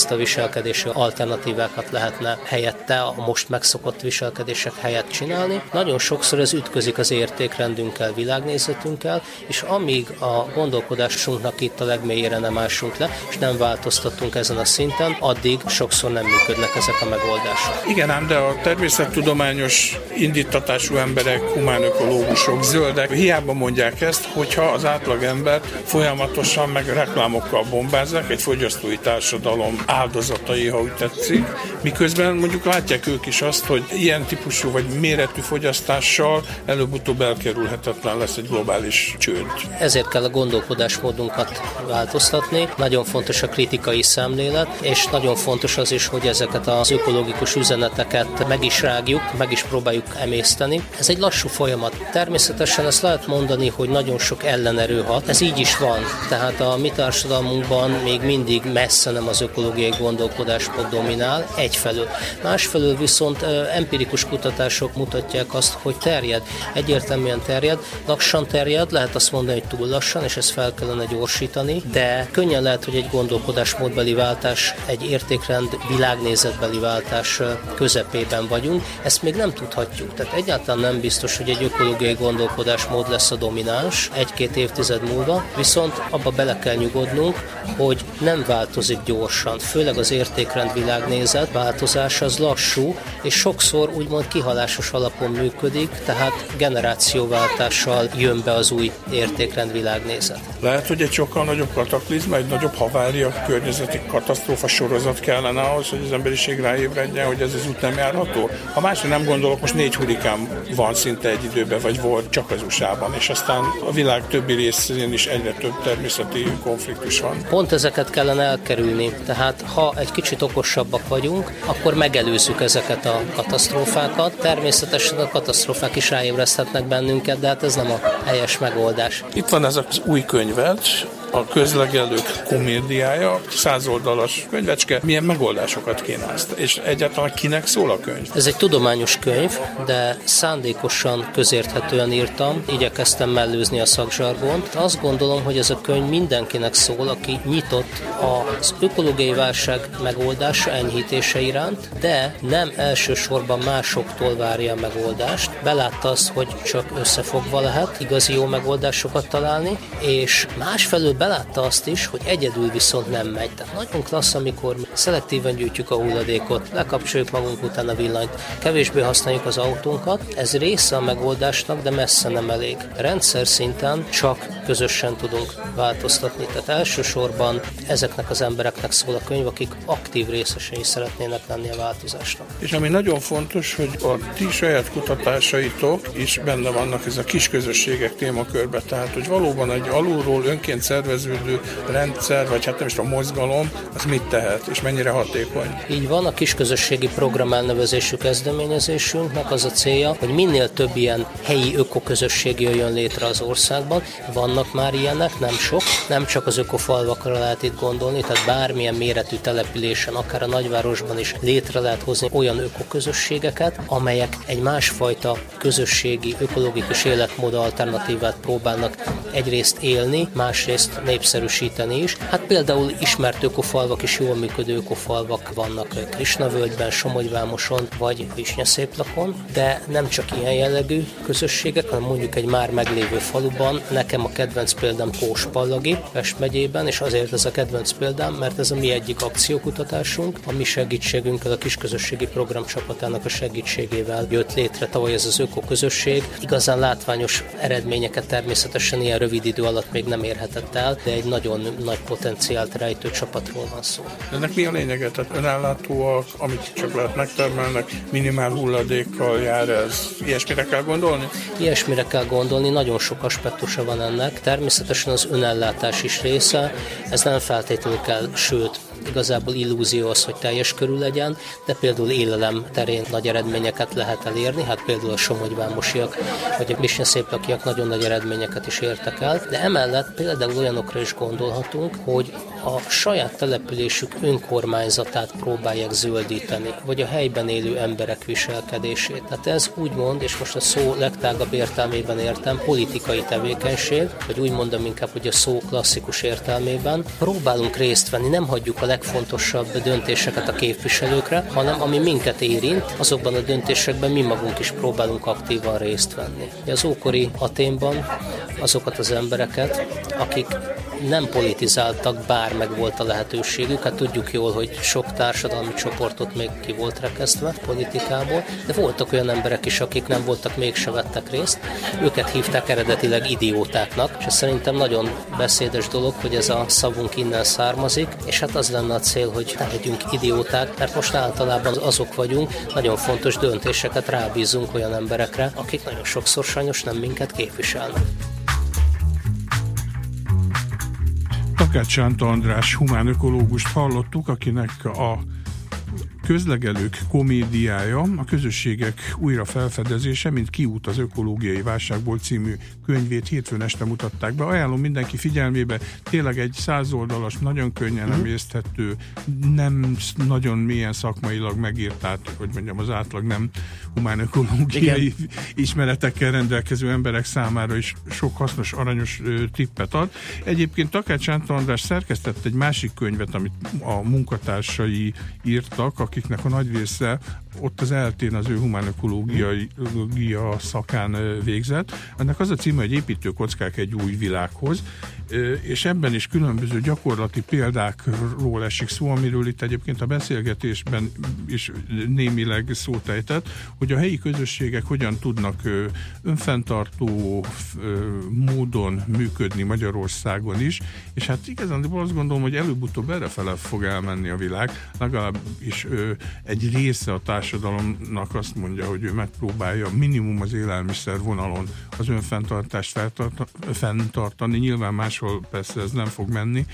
tiszta viselkedési alternatívákat lehetne helyette, a most megszokott viselkedések helyett csinálni. Nagyon sokszor ez ütközik az értékrendünkkel, világnézetünkkel, és amíg a gondolkodásunknak itt a legmélyére nem ássunk le, és nem változtatunk ezen a szinten, addig sokszor nem működnek ezek a megoldások. Igen ám, de a természettudományos indítatású emberek, humánökológusok, zöldek hiába mondják ezt, hogyha az átlagember folyamatosan meg reklámokkal bombázzák, egy fogyasztói társadalom áldozatai, ha úgy tetszik, miközben mondjuk látják ők is azt, hogy ilyen típusú vagy méretű fogyasztással előbb-utóbb elkerülhetetlen lesz egy globális csőd. Ezért kell a gondolkodásmódunkat változtatni. Nagyon fontos a kritikai szemlélet, és nagyon fontos az is, hogy ezeket az ökológikus üzeneteket meg is rágjuk, meg is próbáljuk emészteni. Ez egy lassú folyamat. Természetesen ezt lehet mondani, hogy nagyon sok ellenerő hat. Ez így is van. Tehát a mi társadalmunkban még mindig messze nem az ökológiai gondolkodásmód dominál egyfelől. Másfelől viszont empirikus kutatások mutatják azt, hogy terjed. Egyértelműen terjed, lassan terjed, lehet azt mondani, hogy túl lassan, és ezt fel kellene gyorsítani, de könnyen lehet, hogy egy gondolkodásmódbeli váltás, egy értékrend, világnézetbeli váltás közepében vagyunk. Ezt még nem tudhatjuk. Tehát egyáltalán nem biztos, hogy egy ökológiai gondolkodásmód lesz a domináns egy-két évtized múlva, viszont abba bele kell nyugodnunk, hogy nem változik gyorsan. Főleg az értékrend, világnézet változás az lassú, és sokszor úgymond kihalásos alapon működik, tehát generációváltással jön be az új értékrend, világnézet. Lehet, hogy egy sokkal nagyobb kataklizma, egy nagyobb havária, környezeti katasztrófa sorozat kellene ahhoz, hogy az emberiség ráébredjen, hogy ez az út nem járható. Ha másra nem gondolok, most 4 hurikán van szinte egy időben, vagy volt csak az USA-ban, és aztán a világ többi részén is egyre több természeti konfliktus van. Pont ezeket kellene elkerülni. Tehát ha egy kicsit okosabbak vagyunk, akkor megelőzzük ezeket a katasztrófákat. Természetesen a katasztrófák is ráébreszthetnek bennünket, de hát ez nem a helyes megoldás. Itt van ez az új könyved, a közlegelők komédiája, 100 oldalas könyvecske. Milyen megoldásokat kínálsz? És egyáltalán kinek szól a könyv? Ez egy tudományos könyv, de szándékosan közérthetően írtam, igyekeztem mellőzni a szakzsargont. Azt gondolom, hogy ez a könyv mindenkinek szól, aki nyitott az ökológiai válság megoldása, enyhítése iránt, de nem elsősorban másoktól várja a megoldást. Belátta azt, hogy csak összefogva lehet igazi jó megoldásokat találni, és másfelől belátta azt is, hogy egyedül viszont nem megy. Tehát nagyon klassz, amikor szelektíven gyűjtjük a hulladékot, lekapcsoljuk magunk után a villanyt, kevésbé használjuk az autónkat. Ez része a megoldásnak, de messze nem elég. Rendszer szinten csak közösen tudunk változtatni. Tehát elsősorban ezeknek az embereknek szól a könyv, akik aktív részesei szeretnének lenni a változásnak. És ami nagyon fontos, hogy a ti saját kutatásaitok is benne vannak ez a kis közösségek témakörbe. Tehát, hogy valóban egy alulról önként szerveződő rendszer, vagy hát nem is a mozgalom, az mit tehet, és mennyire hatékony. Így van, a kisközösségi program elnevezésű kezdeményezésünknek az a célja, hogy minél több ilyen helyi ökoközösség jöjjön létre az országban. Vannak már ilyenek, nem sok, nem csak az ökofalvakra lehet itt gondolni, tehát bármilyen méretű településen, akár a nagyvárosban is létre lehet hozni olyan ökoközösségeket, amelyek egy másfajta közösségi, ökológikus életmód alternatívát próbálnak egyrészt élni, másrészt népszerűsíteni is. Hát például ismert ökofalvak és jól működő ökofalvak vannak Krisnavölgyben, Somogyvámoson vagy Visnyaszéplakon, de nem csak ilyen jellegű közösségek, hanem mondjuk egy már meglévő faluban. Nekem a kedvenc példám Kóspallagi, Pest megyében, és azért ez a kedvenc példám, mert ez a mi egyik akciókutatásunk, a mi segítségünkkel, a kisközösségi program csapatának a segítségével jött létre tavaly ez az ökoközösség. Igazán látványos eredményeket természetesen ilyen rövid idő alatt még nem érhetett el, de egy nagyon nagy potenciált rejtő csapatról van szó. Ennek mi a lényege? Tehát önellátóak, amit csak lehet megtermelnek, minimál hulladékkal jár ez. Ilyesmire kell gondolni? Ilyesmire kell gondolni, nagyon sok aspektusa van ennek. Természetesen az önellátás is része, ez nem feltétlenül kell, sőt, igazából illúzió az, hogy teljes körül legyen, de például élelem terén nagy eredményeket lehet elérni, hát például a somogyvámosiak, vagy a visnyaszéplakiak nagyon nagy eredményeket is értek el, de emellett például olyanokra is gondolhatunk, hogy a saját településük önkormányzatát próbálják zöldíteni, vagy a helyben élő emberek viselkedését. Tehát ez úgymond, és most a szó legtágabb értelmében értem, politikai tevékenység, vagy úgy mondom inkább, hogy a szó klasszikus értelmében, próbálunk részt venni, nem hagyjuk a legfontosabb döntéseket a képviselőkre, hanem ami minket érint, azokban a döntésekben mi magunk is próbálunk aktívan részt venni. Az ókori Athénban azokat az embereket, akik nem politizáltak, bár meg volt a lehetőségük. Hát tudjuk jól, hogy sok társadalmi csoportot még ki volt rekesztve politikából, de voltak olyan emberek is, akik nem voltak, mégse vettek részt. Őket hívták eredetileg idiótáknak, és szerintem nagyon beszédes dolog, hogy ez a szavunk innen származik, és hát az lenne a cél, hogy ne legyünk idióták, mert most általában azok vagyunk, nagyon fontos döntéseket rábízunk olyan emberekre, akik nagyon sokszor sajnos nem minket képviselnek. Takács Sánta András humán ökológust hallottuk, akinek a Közlegelők komédiája, a közösségek újra felfedezése, mint kiút az ökológiai válságból című könyvét hétfőn este mutatták be. Ajánlom mindenki figyelmébe, tényleg egy 100 oldalas, nagyon könnyen emészthető, nem nagyon mélyen szakmailag megírt, tehát, hogy mondjam, az átlag nem humán ökológiai ismeretekkel rendelkező emberek számára is sok hasznos, aranyos tippet ad. Egyébként Takács Sánta András szerkesztett egy másik könyvet, amit a munkatársai írtak, akiknek a nagy része ott az eltén az ő humánökológia szakán végzett. Ennek az a címe, hogy Építőkockák egy új világhoz, és ebben is különböző gyakorlati példákról esik szó, amiről itt egyébként a beszélgetésben is némileg szót ejtett, hogy a helyi közösségek hogyan tudnak önfenntartó módon működni Magyarországon is, és hát igazán azt gondolom, hogy előbb-utóbb errefele fog elmenni a világ, legalábbis egy része a társadalomnak azt mondja, hogy ő megpróbálja minimum az élelmiszer vonalon az önfenntartást fenntartani, nyilván máshol persze ez nem fog menni,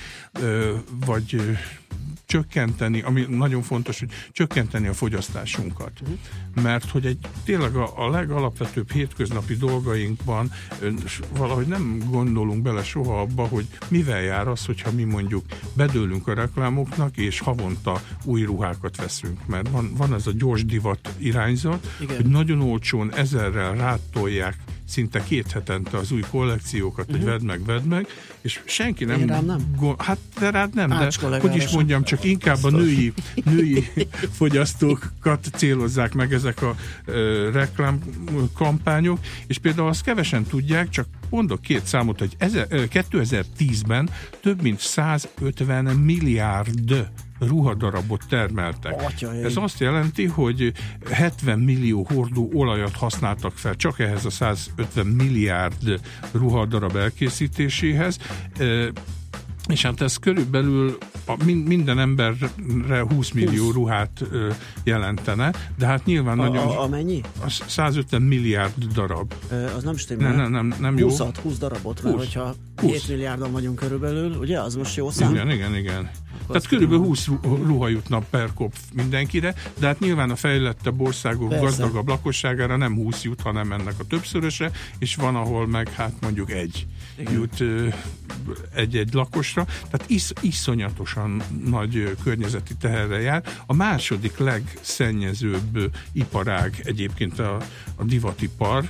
vagy csökkenteni, ami nagyon fontos, hogy csökkenteni a fogyasztásunkat. Mert hogy tényleg a legalapvetőbb hétköznapi dolgainkban valahogy nem gondolunk bele soha abba, hogy mivel jár az, hogyha mi mondjuk bedőlünk a reklámoknak, és havonta új ruhákat veszünk. Mert van ez a gyors divat irányzat, igen, hogy nagyon olcsón 1000-rel rátolják szinte 2 hetente az új kollekciókat, hogy vedd meg, és senki nem... Hát de rád nem, de hogy is mondjam, csak inkább a női fogyasztókat célozzák meg ezek a reklámkampányok, és például azt kevesen tudják, csak mondok 2 számot, hogy 2010-ben több mint 150 milliárd ruhadarabot termeltek. Ez azt jelenti, hogy 70 millió hordó olajat használtak fel csak ehhez a 150 milliárd ruhadarab elkészítéséhez, és hát ez körülbelül minden emberre 20 millió ruhát jelentene, de hát nyilván nagyon... Amennyi? 150 milliárd darab. Az nem stimmel. Nem jó. 20 darabot, mert hogyha 7 milliárdan vagyunk körülbelül, ugye? Az most jó szám? Igen. Tehát körülbelül 20 ruha jutna per kop mindenkire, de hát nyilván a fejlettebb országok gazdagabb lakosságára nem 20 jut, hanem ennek a többszöröse, és van, ahol meg hát mondjuk jut egy lakosra, tehát iszonyatosan nagy környezeti teherre jár. A második legszennyezőbb iparág egyébként a divatipar,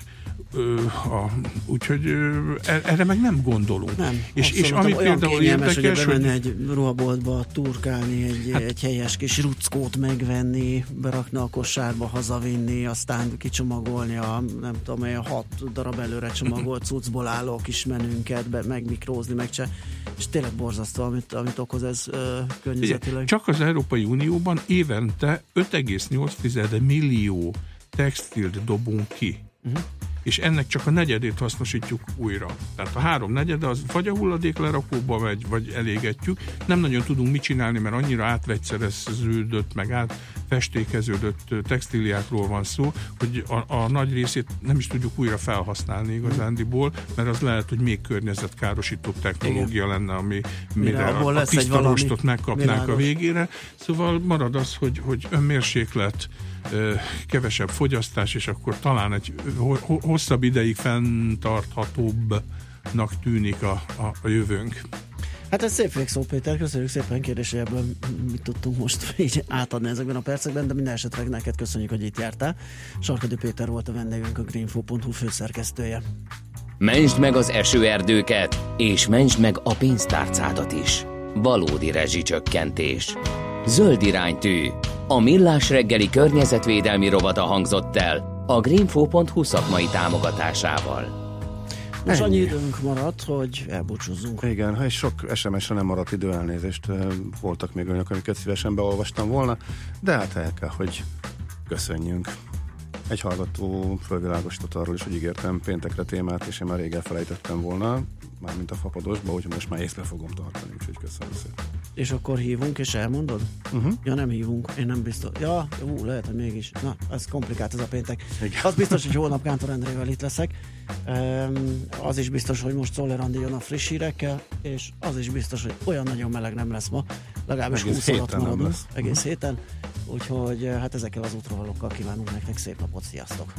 úgyhogy erre meg nem gondolunk. Nem, és ami például érdekes, hogy egy ruhaboltba turkálni, egy helyes kis ruckót megvenni, berakni a kosárba, hazavinni, aztán kicsomagolni a 6 darab előre csomagolt cuccból álló kis menünket, megmikrózni, és tényleg borzasztó, amit okoz ez környezetileg. Csak az Európai Unióban évente 5,8 millió textilt dobunk ki. És ennek csak a negyedét hasznosítjuk újra. Tehát a 3/4 az vagy a hulladéklerakóba megy, vagy elégetjük. Nem nagyon tudunk mit csinálni, mert annyira átvegyszereződött, meg átfestékeződött textíliákról van szó, hogy a nagy részét nem is tudjuk újra felhasználni igazándiból, mert az lehet, hogy még környezetkárosító technológia lenne, mire a tiszta rostot megkapnánk a végére. Szóval marad az, hogy önmérséklet, kevesebb fogyasztás, és akkor talán egy hosszabb ideig fenntarthatóbbnak tűnik a jövőnk. Hát ez szép végszó, Péter, köszönjük szépen kérdéséből, mit tudtunk most így átadni ezekben a percekben, de minden esetre neked köszönjük, hogy itt jártál. Sarkadi Péter volt a vendégünk, a greenfo.hu főszerkesztője. Mentsd meg az esőerdőket, és mentsd meg a pénztárcádat is. valódi rezsicsökkentés. Zöld iránytű. A Millás reggeli környezetvédelmi rovata hangzott el a greenfo.hu szakmai támogatásával. Most annyi időnk maradt, hogy elbúcsúzzunk. Igen, ha és sok SMS-re nem maradt idő, elnézést. Voltak még olyanok, amiket szívesen beolvastam volna, de hát el kell, hogy köszönjünk. Egy hallgató fölvilágosított arról is, hogy ígértem péntekre témát, és én már rég elfelejtettem volna, mármint a fapadosba, úgyhogy most már észre fogom tartani, úgyhogy köszönöm szépen. És akkor hívunk, és elmondod? Ja, nem hívunk, én nem biztos. Ja, lehet, hogy mégis. Na, ez komplikált ez a péntek. Igen. Az biztos, hogy holnap Kántor Endrével itt leszek. Az is biztos, hogy most Czoller Andi jön a friss hírekkel, és az is biztos, hogy olyan nagyon meleg nem lesz ma. Legalábbis 20 alatt maradunk egész héten. Úgyhogy hát ezekkel az útrovalokkal kívánunk nektek szép napot, sziasztok!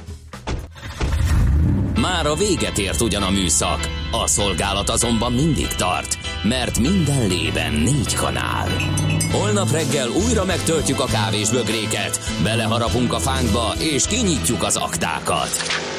Már a véget ért ugyan a műszak, a szolgálat azonban mindig tart, mert minden lében 4 kanál. Holnap reggel újra megtöltjük a kávésbögréket, beleharapunk a fánkba és kinyitjuk az aktákat.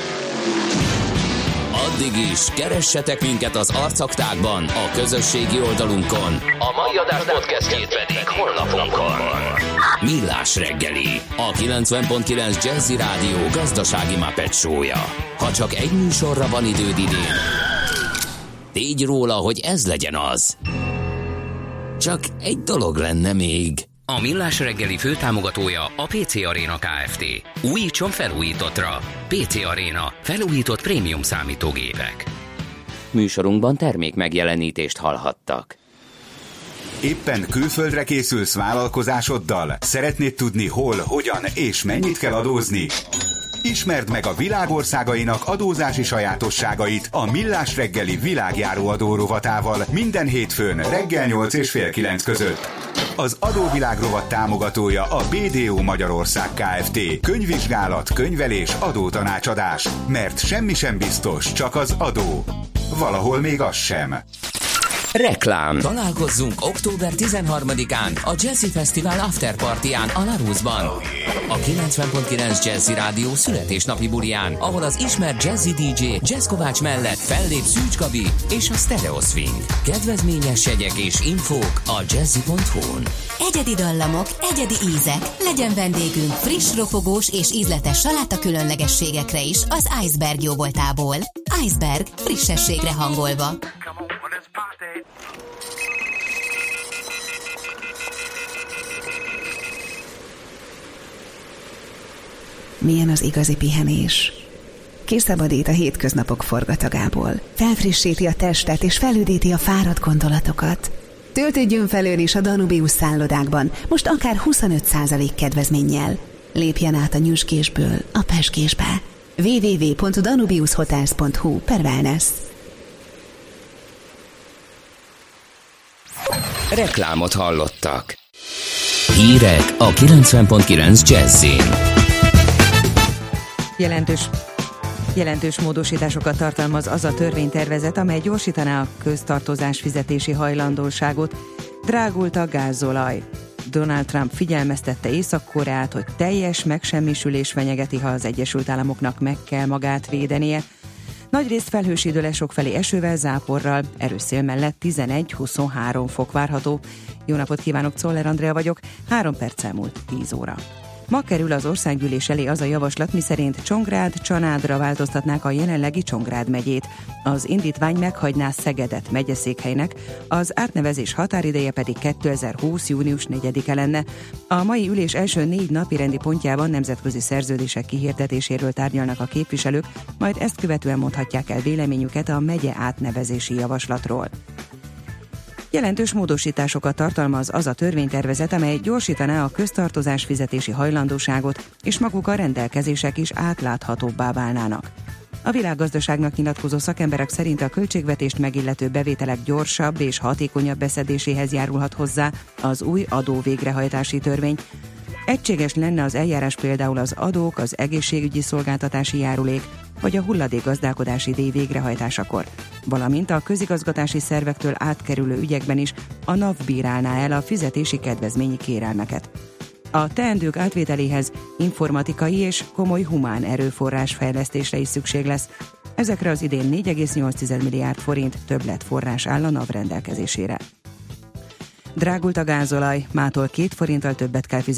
Addig is keressetek minket az arcaktákban, a közösségi oldalunkon. A mai adás podcastjét pedig honlapunkon. Millás reggeli, a 90.9 Jazzy Rádió gazdasági Muppet show-ja. Ha csak egy műsorra van időd idén, tégy róla, hogy ez legyen az. Csak egy dolog lenne még. A Millás reggeli főtámogatója a PC Arena Kft. Újítson felújítottra. PC Arena. Felújított prémium számítógépek. Műsorunkban termék megjelenítést hallhattak. Éppen külföldre készülsz vállalkozásoddal? Szeretnéd tudni hol, hogyan és mennyit kell adózni? Ismerd meg a világországainak adózási sajátosságait a Millás reggeli világjáró adó rovatával minden hétfőn reggel 8 és fél 9 között. Az adóvilág rovat támogatója a BDO Magyarország Kft. Könyvvizsgálat, könyvelés, adótanácsadás. Mert semmi sem biztos, csak az adó. Valahol még az sem. Reklám. Találkozzunk október 13-án a Jazzy Fesztivál Afterpartyán a Larusban. A 90.9 Jazzy Rádió születésnapi buliján, ahol az ismert jazzy DJ Jazz Kovács mellett fellép Szűcs Gabi és a Stereo Swing. Kedvezményes jegyek és infók a jazzy.hu-n. Egyedi dallamok, egyedi ízek. Legyen vendégünk friss, ropogós és ízletes saláta különlegességekre is az Iceberg jóvoltából. Iceberg, frissességre hangolva. Milyen az igazi pihenés? Kiszabadít a hétköznapok forgatagából, felfrissíti a testet és felüdíti a fáradt gondolatokat. Töltődjön fel ön is a Danubius szállodákban, most akár 25% kedvezménnyel. Lépjen át a nyüskésből a pezsgésbe. www.danubiushotels.hu/wellness. Reklámot hallottak. Hírek a 90.9 Jazzin. Jelentős módosításokat tartalmaz az a törvénytervezet, amely gyorsítaná a köztartozás fizetési hajlandóságot. Drágult a gázolaj. Donald Trump figyelmeztette Észak-Koreát, hogy teljes megsemmisülés fenyegeti, ha az Egyesült Államoknak meg kell magát védenie. Nagyrészt felhős idő lesz, sokfelé esővel, záporral, erős szél mellett 11-23 fok várható. Jó napot kívánok, Czoller Andrea vagyok, 3 perccel múlt 10 óra. Ma kerül az országgyűlés elé az a javaslat, miszerint Csongrád-Csanádra változtatnák a jelenlegi Csongrád megyét. Az indítvány meghagyná Szegedet megyeszékhelynek, az átnevezés határideje pedig 2020. június 4-e lenne. A mai ülés első 4 napirendi pontjában nemzetközi szerződések kihirdetéséről tárgyalnak a képviselők, majd ezt követően mondhatják el véleményüket a megye átnevezési javaslatról. Jelentős módosításokat tartalmaz az a törvénytervezet, amely gyorsítaná a köztartozás fizetési hajlandóságot, és maguk a rendelkezések is átláthatóbbá válnának. A világgazdaságnak nyilatkozó szakemberek szerint a költségvetést megillető bevételek gyorsabb és hatékonyabb beszedéséhez járulhat hozzá az új adóvégrehajtási törvény. Egységes lenne az eljárás például az adók, az egészségügyi szolgáltatási járulék vagy a hulladékgazdálkodási díj végrehajtásakor, valamint a közigazgatási szervektől átkerülő ügyekben is a NAV bírálná el a fizetési kedvezményi kérelmeket. A teendők átvételéhez informatikai és komoly humán erőforrás fejlesztésre is szükség lesz. Ezekre az idén 4,8 milliárd forint többletforrás áll a NAV rendelkezésére. Drágult a gázolaj, mától 2 forinttal többet kell fizetni